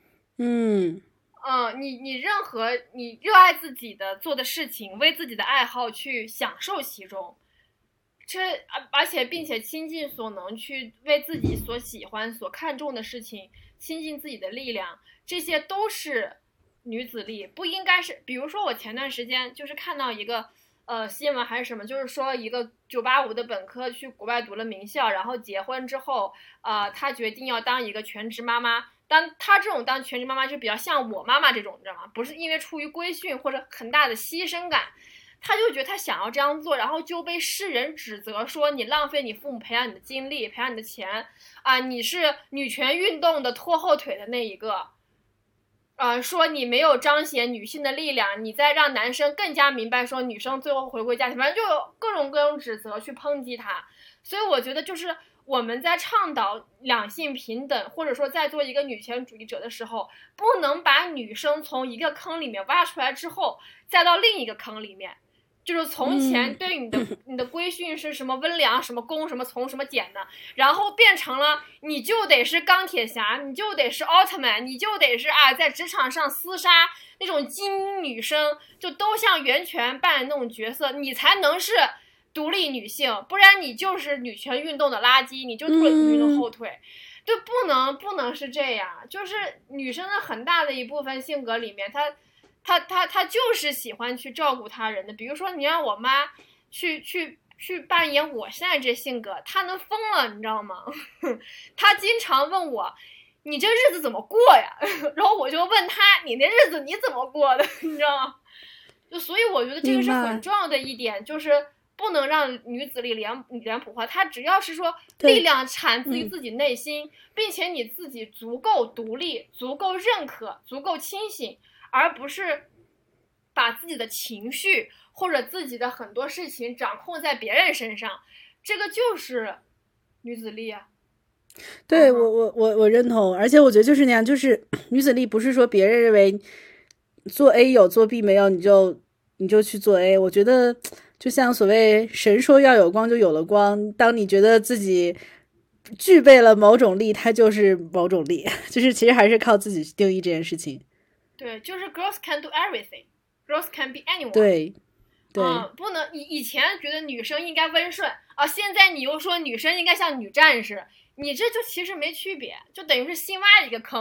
你任何你热爱自己的做的事情，为自己的爱好去享受其中，而且并且倾尽所能去为自己所喜欢所看重的事情倾尽自己的力量，这些都是女子力，不应该是。比如说我前段时间就是看到一个新闻还是什么，就是说一个985的本科去国外读了名校，然后结婚之后她决定要当一个全职妈妈。她这种当全职妈妈就比较像我妈妈这种，你知道吗？不是因为出于规训或者很大的牺牲感，她就觉得她想要这样做，然后就被世人指责说你浪费你父母培养你的精力，培养你的钱你是女权运动的拖后腿的那一个说你没有彰显女性的力量，你在让男生更加明白说女生最后回归家庭，反正就有各种指责去抨击她。所以我觉得就是我们在倡导两性平等，或者说在做一个女权主义者的时候，不能把女生从一个坑里面挖出来之后再到另一个坑里面。就是从前对你的规训是什么温良什么恭什么从什么俭的，然后变成了你就得是钢铁侠，你就得是奥特曼，你就得是在职场上厮杀那种精英女生，就都像袁泉扮演那种角色，你才能是独立女性，不然你就是女权运动的垃圾，你就拖女权运动后腿。就不能是这样。就是女生的很大的一部分性格里面，她就是喜欢去照顾他人的。比如说你让我妈去扮演我现在这性格，她能疯了，你知道吗？她经常问我你这日子怎么过呀？然后我就问她你那日子你怎么过的，你知道吗？就所以我觉得这个是很重要的一点，就是不能让女子力脸谱化。她只要是说力量产自于自己内心，并且你自己足够独立，足够认可，足够清醒，而不是把自己的情绪或者自己的很多事情掌控在别人身上，这个就是女子力啊。 对，我认同。而且我觉得就是那样，就是女子力不是说别人认为做 A 有做 B 没有你就去做 A。我觉得就像所谓神说要有光就有了光，当你觉得自己具备了某种力，它就是某种力，就是其实还是靠自己去定义这件事情。 对，就是 girls can do everything, girls can be anyone。 对， 不能以前觉得女生应该温顺现在你又说女生应该像女战士，你这就其实没区别，就等于是新挖一个坑，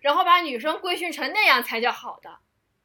然后把女生规训成那样才叫好的。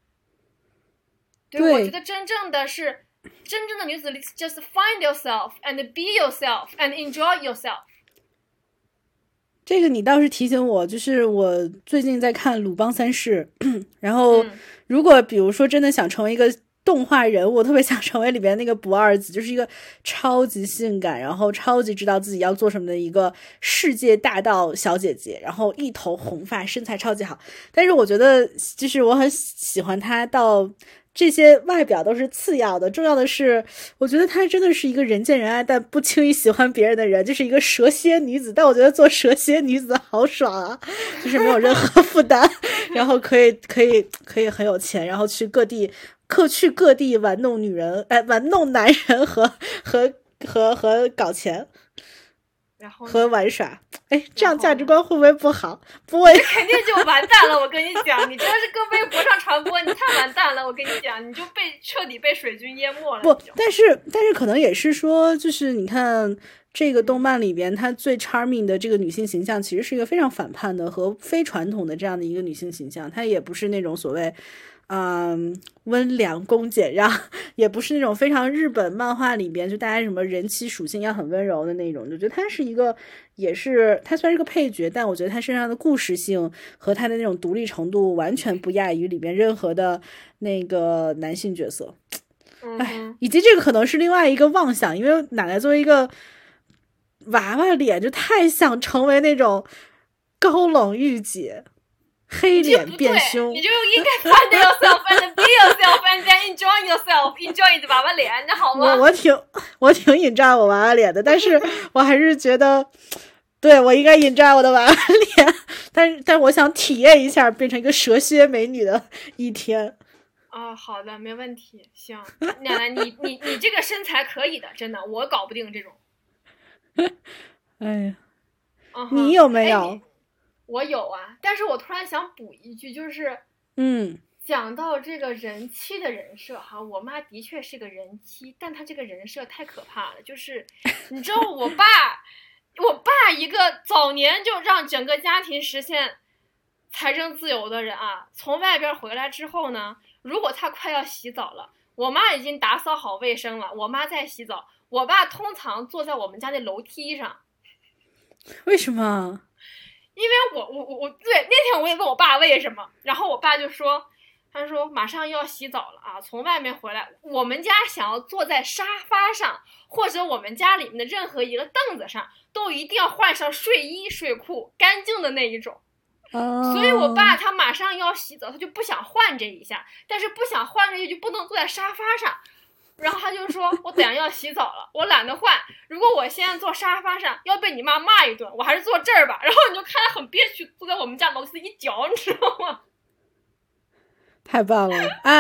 对， 我觉得真正的女子力 just find yourself and be yourself and enjoy yourself。 这个你倒是提醒我，就是我最近在看鲁邦三世然后如果比如说真的想成为一个动画人物，我特别想成为里边那个不二子，就是一个超级性感，然后超级知道自己要做什么的一个世界大道小姐姐，然后一头红发，身材超级好。但是我觉得就是我很喜欢她到这些外表都是次要的，重要的是我觉得她真的是一个人见人爱但不轻易喜欢别人的人，就是一个蛇蝎女子。但我觉得做蛇蝎女子好爽啊，就是没有任何负担然后可以很有钱，然后去各地玩弄女人，玩弄男人和搞钱， 然后和玩耍。这样价值观会不会不好？不会， 肯定就完蛋了。我跟你讲，你这要是搁微博上传播，你太完蛋了。我跟你讲，你就彻底被水军淹没了。 不，但是可能也是说，就是你看这个动漫里边，它最 charming 的这个女性形象，其实是一个非常反叛的和非传统的这样的一个女性形象。她也不是那种所谓温良恭俭让，也不是那种非常日本漫画里边就大家什么人妻属性要很温柔的那种。就觉得她是一个，也是她虽然是个配角，但我觉得她身上的故事性和她的那种独立程度完全不亚于里边任何的那个男性角色。以及这个可能是另外一个妄想，因为奶奶作为一个娃娃脸，就太想成为那种高冷御姐。黑脸变凶， 你就应该 find yourself and be yourself and then enjoy yourself，enjoy 你的娃娃脸，那好吗？ 我挺enjoy我娃娃脸的，但是我还是觉得，对，我应该enjoy我的娃娃脸，但我想体验一下变成一个蛇蝎美女的一天。 好的，没问题，行，奶奶，你这个身材可以的，真的，我搞不定这种。 哎呀，你有没有？ 我有啊，但是我突然想补一句，就是讲到这个人妻的人设哈，我妈的确是个人妻，但她这个人设太可怕了。就是你知道我爸一个早年就让整个家庭实现财政自由的人啊，从外边回来之后呢，如果他快要洗澡了，我妈已经打扫好卫生了，我妈在洗澡，我爸通常坐在我们家的楼梯上。 为什么？ 因为我对，那天我也问我爸为什么，然后我爸就说，他说马上要洗澡了啊，从外面回来，我们家想要坐在沙发上或者我们家里面的任何一个凳子上，都一定要换上睡衣睡裤，干净的那一种。所以我爸他马上要洗澡，他就不想换这一下，但是不想换这一下就不能坐在沙发上。然后他就说，我等下要洗澡了，我懒得换，如果我现在坐沙发上要被你妈骂一顿，我还是坐这儿吧。然后你就看他很憋屈，坐在我们家楼梯一脚，你知道吗？ 太棒了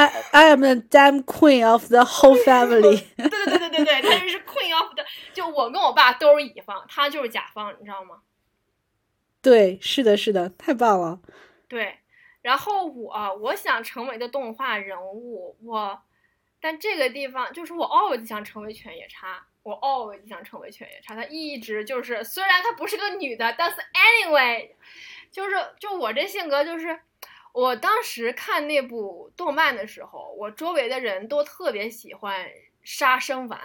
！I am the damn queen of the whole family 对，他就是 queen of the， 就我跟我爸都是乙方，他就是甲方，你知道吗？ 对，是的，太棒了。 对，然后我想成为的动画人物，但这个地方就是我 always 想成为犬夜叉，他一直就是，虽然他不是个女的，但是 anyway， 就我这性格就是，我当时看那部动漫的时候，我周围的人都特别喜欢杀生丸。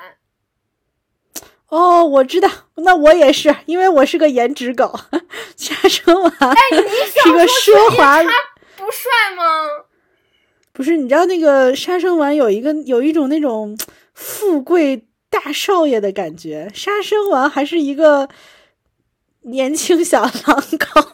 我知道，那我也是，因为我是个颜值狗。杀生丸是个奢华， 他不帅吗？ 不是，你知道那个杀生丸有一种那种富贵大少爷的感觉，杀生丸还是一个年轻小狼狗。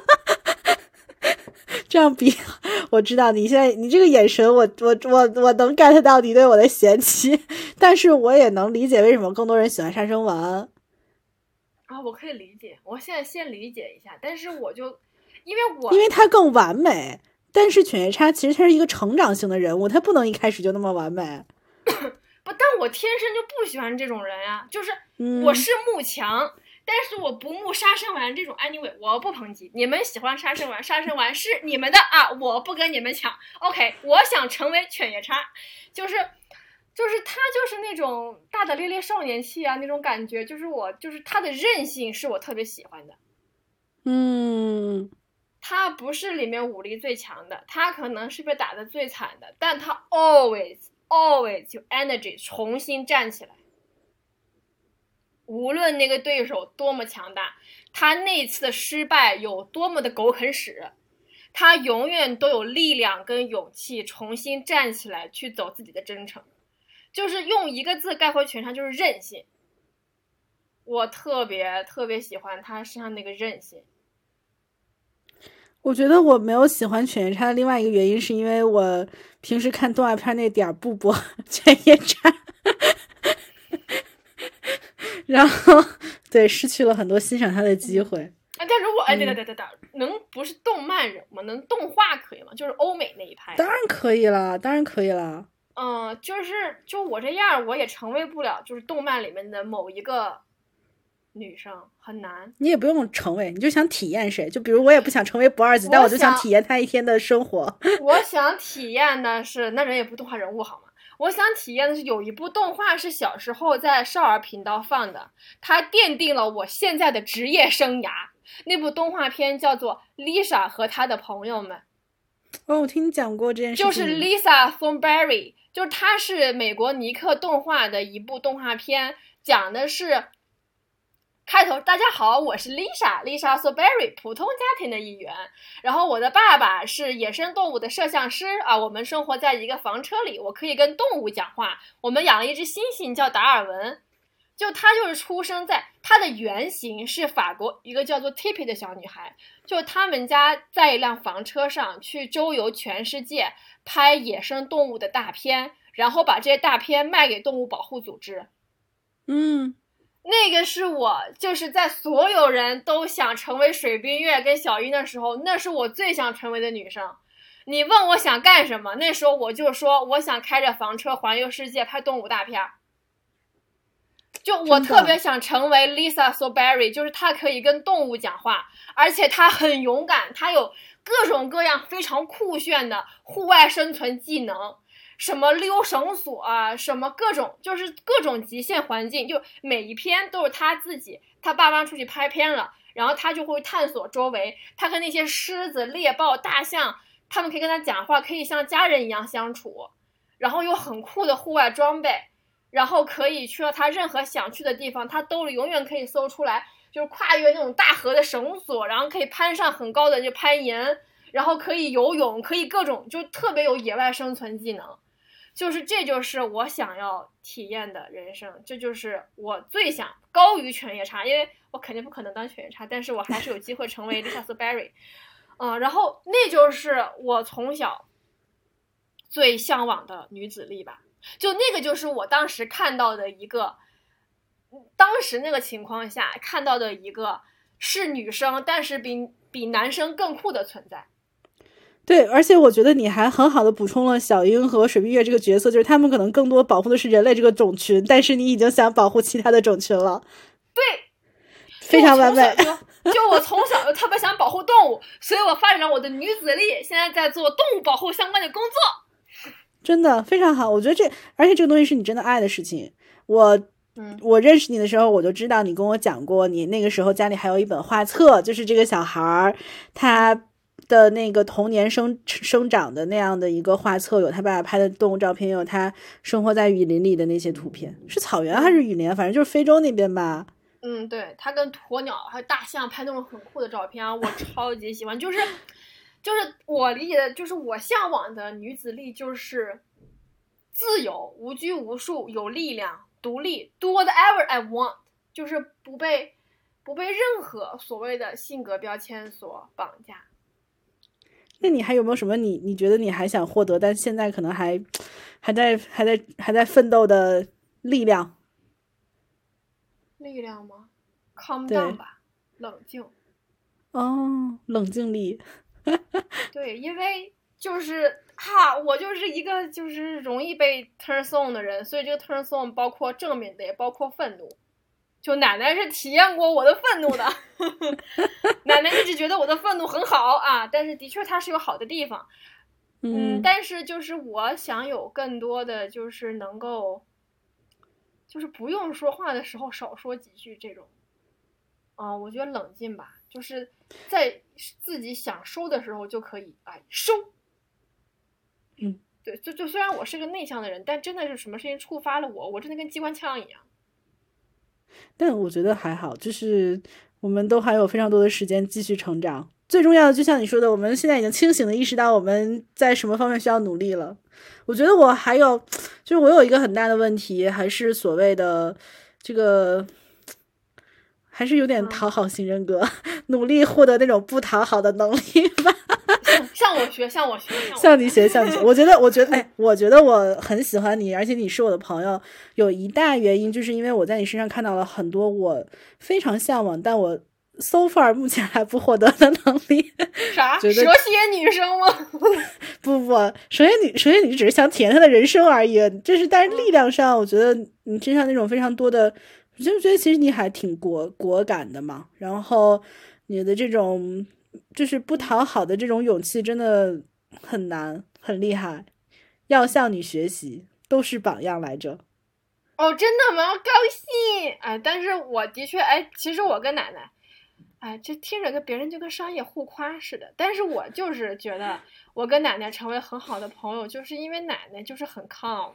这样比，我知道你现在你这个眼神我能 get 到你对我的嫌弃，但是我也能理解为什么更多人喜欢杀生丸。 我可以理解，我现在先理解一下，但是因为他更完美。但是犬夜叉其实他是一个成长型的人物，他不能一开始就那么完美。 不，但我天生就不喜欢这种人呀，就是我是慕强，但是我不慕杀生丸这种。anyway， 我不抨击你们喜欢杀生丸，杀生丸是你们的啊，我不跟你们抢。OK， 我想成为犬夜叉，就是他就是那种大大咧咧少年气啊那种感觉，就是他的韧性是我特别喜欢的。 他不是里面武力最强的，他可能是被打得最惨的，但他 always 有 energy 重新站起来。无论那个对手多么强大，他那次的失败有多么的狗啃屎，他永远都有力量跟勇气重新站起来去走自己的征程。就是用一个字概括全场，就是韧性。我特别特别喜欢他身上那个韧性。 我觉得我没有喜欢犬夜叉的另外一个原因，是因为我平时看动画片那点儿不播犬夜叉，然后对失去了很多欣赏他的机会。 但如果对，能不是动漫人吗？能动画可以吗？就是欧美那一派。 当然可以了，当然可以了。 就我这样，我也成为不了就是动漫里面的某一个女生，很难。 你也不用成为，你就想体验谁？就比如我也不想成为不二子，但我就想体验他一天的生活。 我想体验的是，那人也不动画人物好吗？我想体验的是有一部动画是小时候在少儿频道放的，它奠定了我现在的职业生涯。那部动画片叫做 Lisa 和她的朋友们。 哦，我听你讲过这件事情。 就是 Lisa Thornberry， 就是它是美国尼克动画的一部动画片，讲的是开头大家好，我是 Lisa Thornberry， 普通家庭的一员，然后我的爸爸是野生动物的摄像师啊，我们生活在一个房车里，我可以跟动物讲话，我们养了一只猩猩叫达尔文。就她就是出生在她的原型是法国一个叫做 Tippy 的小女孩，就他们家在一辆房车上去周游全世界，拍野生动物的大片，然后把这些大片卖给动物保护组织。那个是我就是在所有人都想成为水冰月跟小樱的时候，那是我最想成为的女生。你问我想干什么，那时候我就说我想开着房车环游世界拍动物大片。就我特别想成为 Lisa Thornberry， 就是她可以跟动物讲话，而且她很勇敢，她有各种各样非常酷炫的户外生存技能，什么溜绳索啊，什么各种就是各种极限环境，就每一篇都是她自己，她爸妈出去拍片了，然后她就会探索周围，她跟那些狮子、猎豹、大象，他们可以跟她讲话，可以像家人一样相处，然后有很酷的户外装备。然后可以去到他任何想去的地方，他兜里永远可以搜出来，就是跨越那种大河的绳索，然后可以攀上很高的就攀岩，然后可以游泳，可以各种就特别有野外生存技能，就是这就是我想要体验的人生，这就是我最想高于犬夜叉，因为我肯定不可能当犬夜叉，但是我还是有机会成为 Lisa Thornberry，然后那就是我从小最向往的女子力吧。就那个就是我当时看到的一个，当时那个情况下看到的一个是女生，但是比男生更酷的存在。 对，而且我觉得你还很好的补充了小樱和水冰月这个角色，就是他们可能更多保护的是人类这个种群，但是你已经想保护其他的种群了。 对， 非常完美。 就我从小就特别想保护动物，所以我发展了我的女子力，现在在做动物保护相关的工作。 真的非常好，我觉得而且这个东西是你真的爱的事情。我认识你的时候，我就知道你跟我讲过，你那个时候家里还有一本画册，就是这个小孩他的那个童年生长的那样的一个画册，有他爸爸拍的动物照片，有他生活在雨林里的那些图片，是草原还是雨林，反正就是非洲那边吧。 对，他跟鸵鸟还有大象拍那种很酷的照片，我超级喜欢。就是我理解的，就是我向往的女子力，就是自由、无拘无束、有力量、独立 ，do whatever I want， 就是不被任何所谓的性格标签所绑架。 那你还有没有什么你觉得你还想获得，但现在可能还在奋斗的力量？ 力量吗 ？Calm down 吧，冷静。 冷静力。 对，因为就是我就是一个就是容易被 turn on 的人，所以这个 turn on 包括正面的，也包括愤怒。就奶奶是体验过我的愤怒的，奶奶一直觉得我的愤怒很好啊，但是的确它是有好的地方。但是就是我想有更多的就是能够，就是不用说话的时候少说几句这种。我觉得冷静吧。 就是在自己想收的时候就可以收。对，就虽然我是个内向的人，但真的是什么事情触发了我真的跟机关枪一样。 但我觉得还好，就是我们都还有非常多的时间继续成长。最重要的，就像你说的，我们现在已经清醒的意识到我们在什么方面需要努力了。我觉得我还有，就是我有一个很大的问题，还是所谓的这个，还是有点讨好型人格，努力获得那种不讨好的能力吧。 向我学。 向你学。我觉得我很喜欢你，而且你是我的朋友。有一大原因就是因为我在你身上看到了很多我非常向往，但我 so far 目前还不获得的能力。 啥？蛇蝎女生吗？ 不，蛇蝎女只是想体验她的人生而已。但是力量上，我觉得你身上那种非常多的，我就觉得其实你还挺果敢的嘛。然后你的这种就是不讨好的这种勇气真的很难，很厉害，要向你学习，都是榜样来着。 哦，真的吗？高兴！但是我的确，其实我跟奶奶，这听着跟别人就跟商业互夸似的。但是我就是觉得，我跟奶奶成为很好的朋友，就是因为奶奶就是很calm。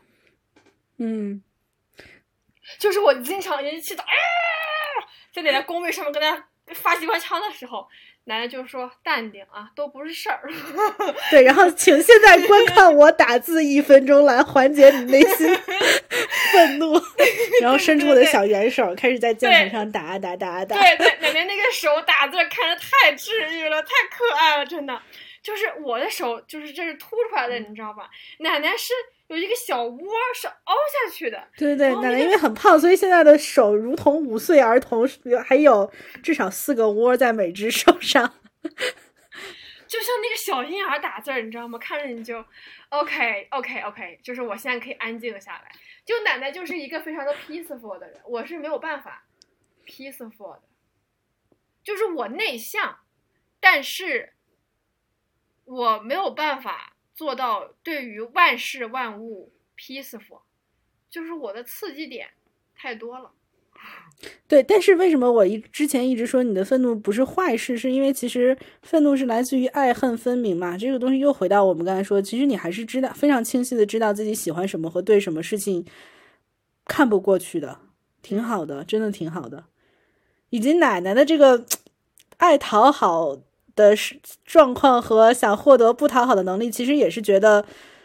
就是我经常人气的，在奶奶工位上面跟大家发机关枪的时候，奶奶就说淡定啊，都不是事儿。 对，然后请现在观看我打字1分钟来缓解你内心愤怒，然后伸出我的小圆手开始在键盘上打。对， 奶奶那个手打字看着太治愈了，太可爱了，真的。就是我的手就是这是凸出来的，你知道吧？奶奶是有一个小窝是凹下去的。对， 奶奶因为很胖，所以现在的手如同5岁儿童，还有至少4个窝在每只手上， 就像那个小婴儿打字，你知道吗？看着你就 OK， 就是我现在可以安静下来。就奶奶就是一个非常的 peaceful 的人，我是没有办法 peaceful 的，就是我内向，但是我没有办法做到对于万事万物 peaceful， 就是我的刺激点太多了。 对，但是为什么我之前一直说你的愤怒不是坏事，是因为其实愤怒是来自于爱恨分明嘛。这个东西又回到我们刚才说，其实你还是知道非常清晰的知道自己喜欢什么和对什么事情看不过去的，挺好的，真的挺好的。以及奶奶的这个爱讨好的状况和想获得不讨好的能力，其实也是觉得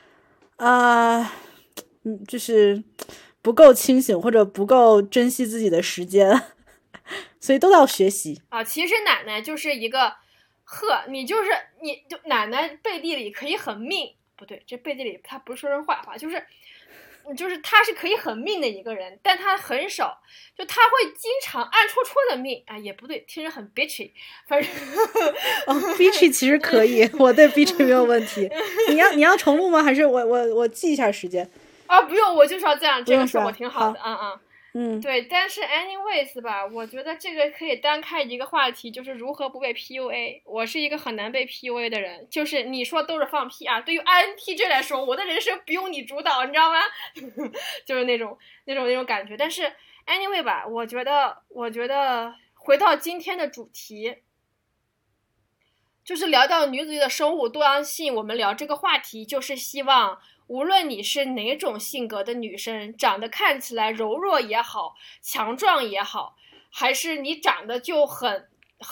就是不够清醒或者不够珍惜自己的时间，所以都要学习其实奶奶就是一个你就奶奶背地里可以很命，不对，这背地里她不是说人坏话，就是他是可以很命的一个人，但他很少，就他会经常暗戳戳的命也不对，听着很 bitchy， 反正 bitchy 其实可以，我对 bitchy 没有问题。你要重录吗？还是我记一下时间？ 不用，我就是要这样，这个是我挺好的。对，但是 anyways 吧，我觉得这个可以单开一个话题，就是如何不被 PUA。我是一个很难被 PUA 的人，就是你说都是放屁对于 INTJ 来说，我的人生不用你主导，你知道吗？就是那种感觉。但是 anyway 吧，我觉得回到今天的主题，就是聊到女子的生物多样性，我们聊这个话题就是希望无论你是哪种性格的女生，长得看起来柔弱也好，强壮也好，还是你长得就很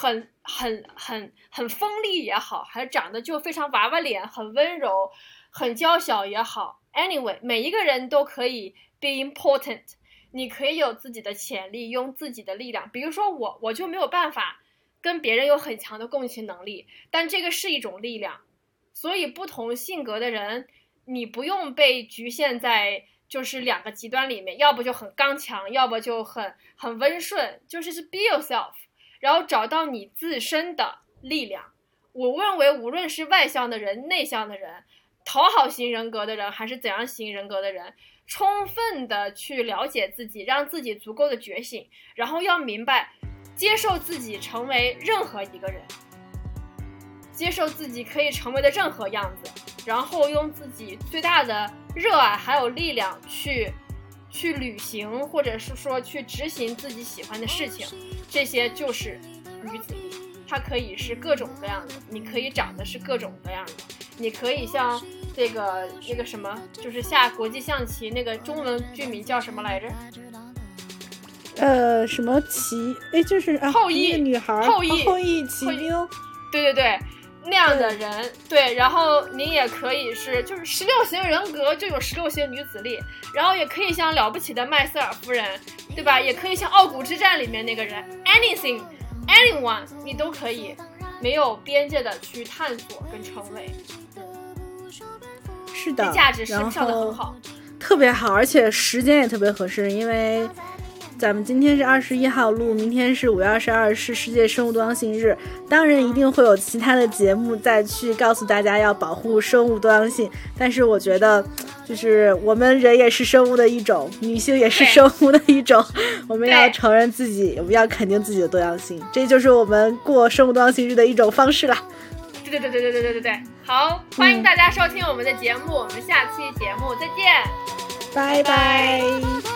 锋利也好，还是长得就非常娃娃脸，很温柔，很娇小也好 ，anyway， 每一个人都可以 be important， 你可以有自己的潜力，用自己的力量。比如说我就没有办法跟别人有很强的共情能力，但这个是一种力量。所以不同性格的人，你不用被局限在就是2个极端里面，要不就很刚强，要不就很温顺，就是 be yourself， 然后找到你自身的力量。我认为无论是外向的人、内向的人、讨好型人格的人还是怎样型人格的人，充分的去了解自己，让自己足够的觉醒，然后要明白接受自己成为任何一个人，接受自己可以成为的任何样子，然后用自己最大的热爱还有力量去旅行，或者是说去执行自己喜欢的事情，这些就是女子力。 它可以是各种各样的，你可以长得是各种各样的，你可以像这个那个什么，就是下国际象棋那个中文剧名叫什么来着？ 什么骑？哎，就是后羿、 女孩， 后羿骑兵。 对对对，那样的人，对，然后你也可以是，就是16型人格就有16型女子力，然后也可以像了不起的麦瑟尔夫人，对吧？也可以像傲骨之战里面那个人 ，anyone，你都可以没有边界的去探索跟成为。 是的， 价值上的很好， 特别好，而且时间也特别合适，因为咱们今天是21号录，明天是5月22日，是世界生物多样性日。当然一定会有其他的节目再去告诉大家要保护生物多样性，但是我觉得就是我们人也是生物的一种，女性也是生物的一种，我们要承认自己，我们要肯定自己的多样性，这就是我们过生物多样性日的一种方式啦。 对，好，欢迎大家收听我们的节目，我们下期节目再见， 拜拜。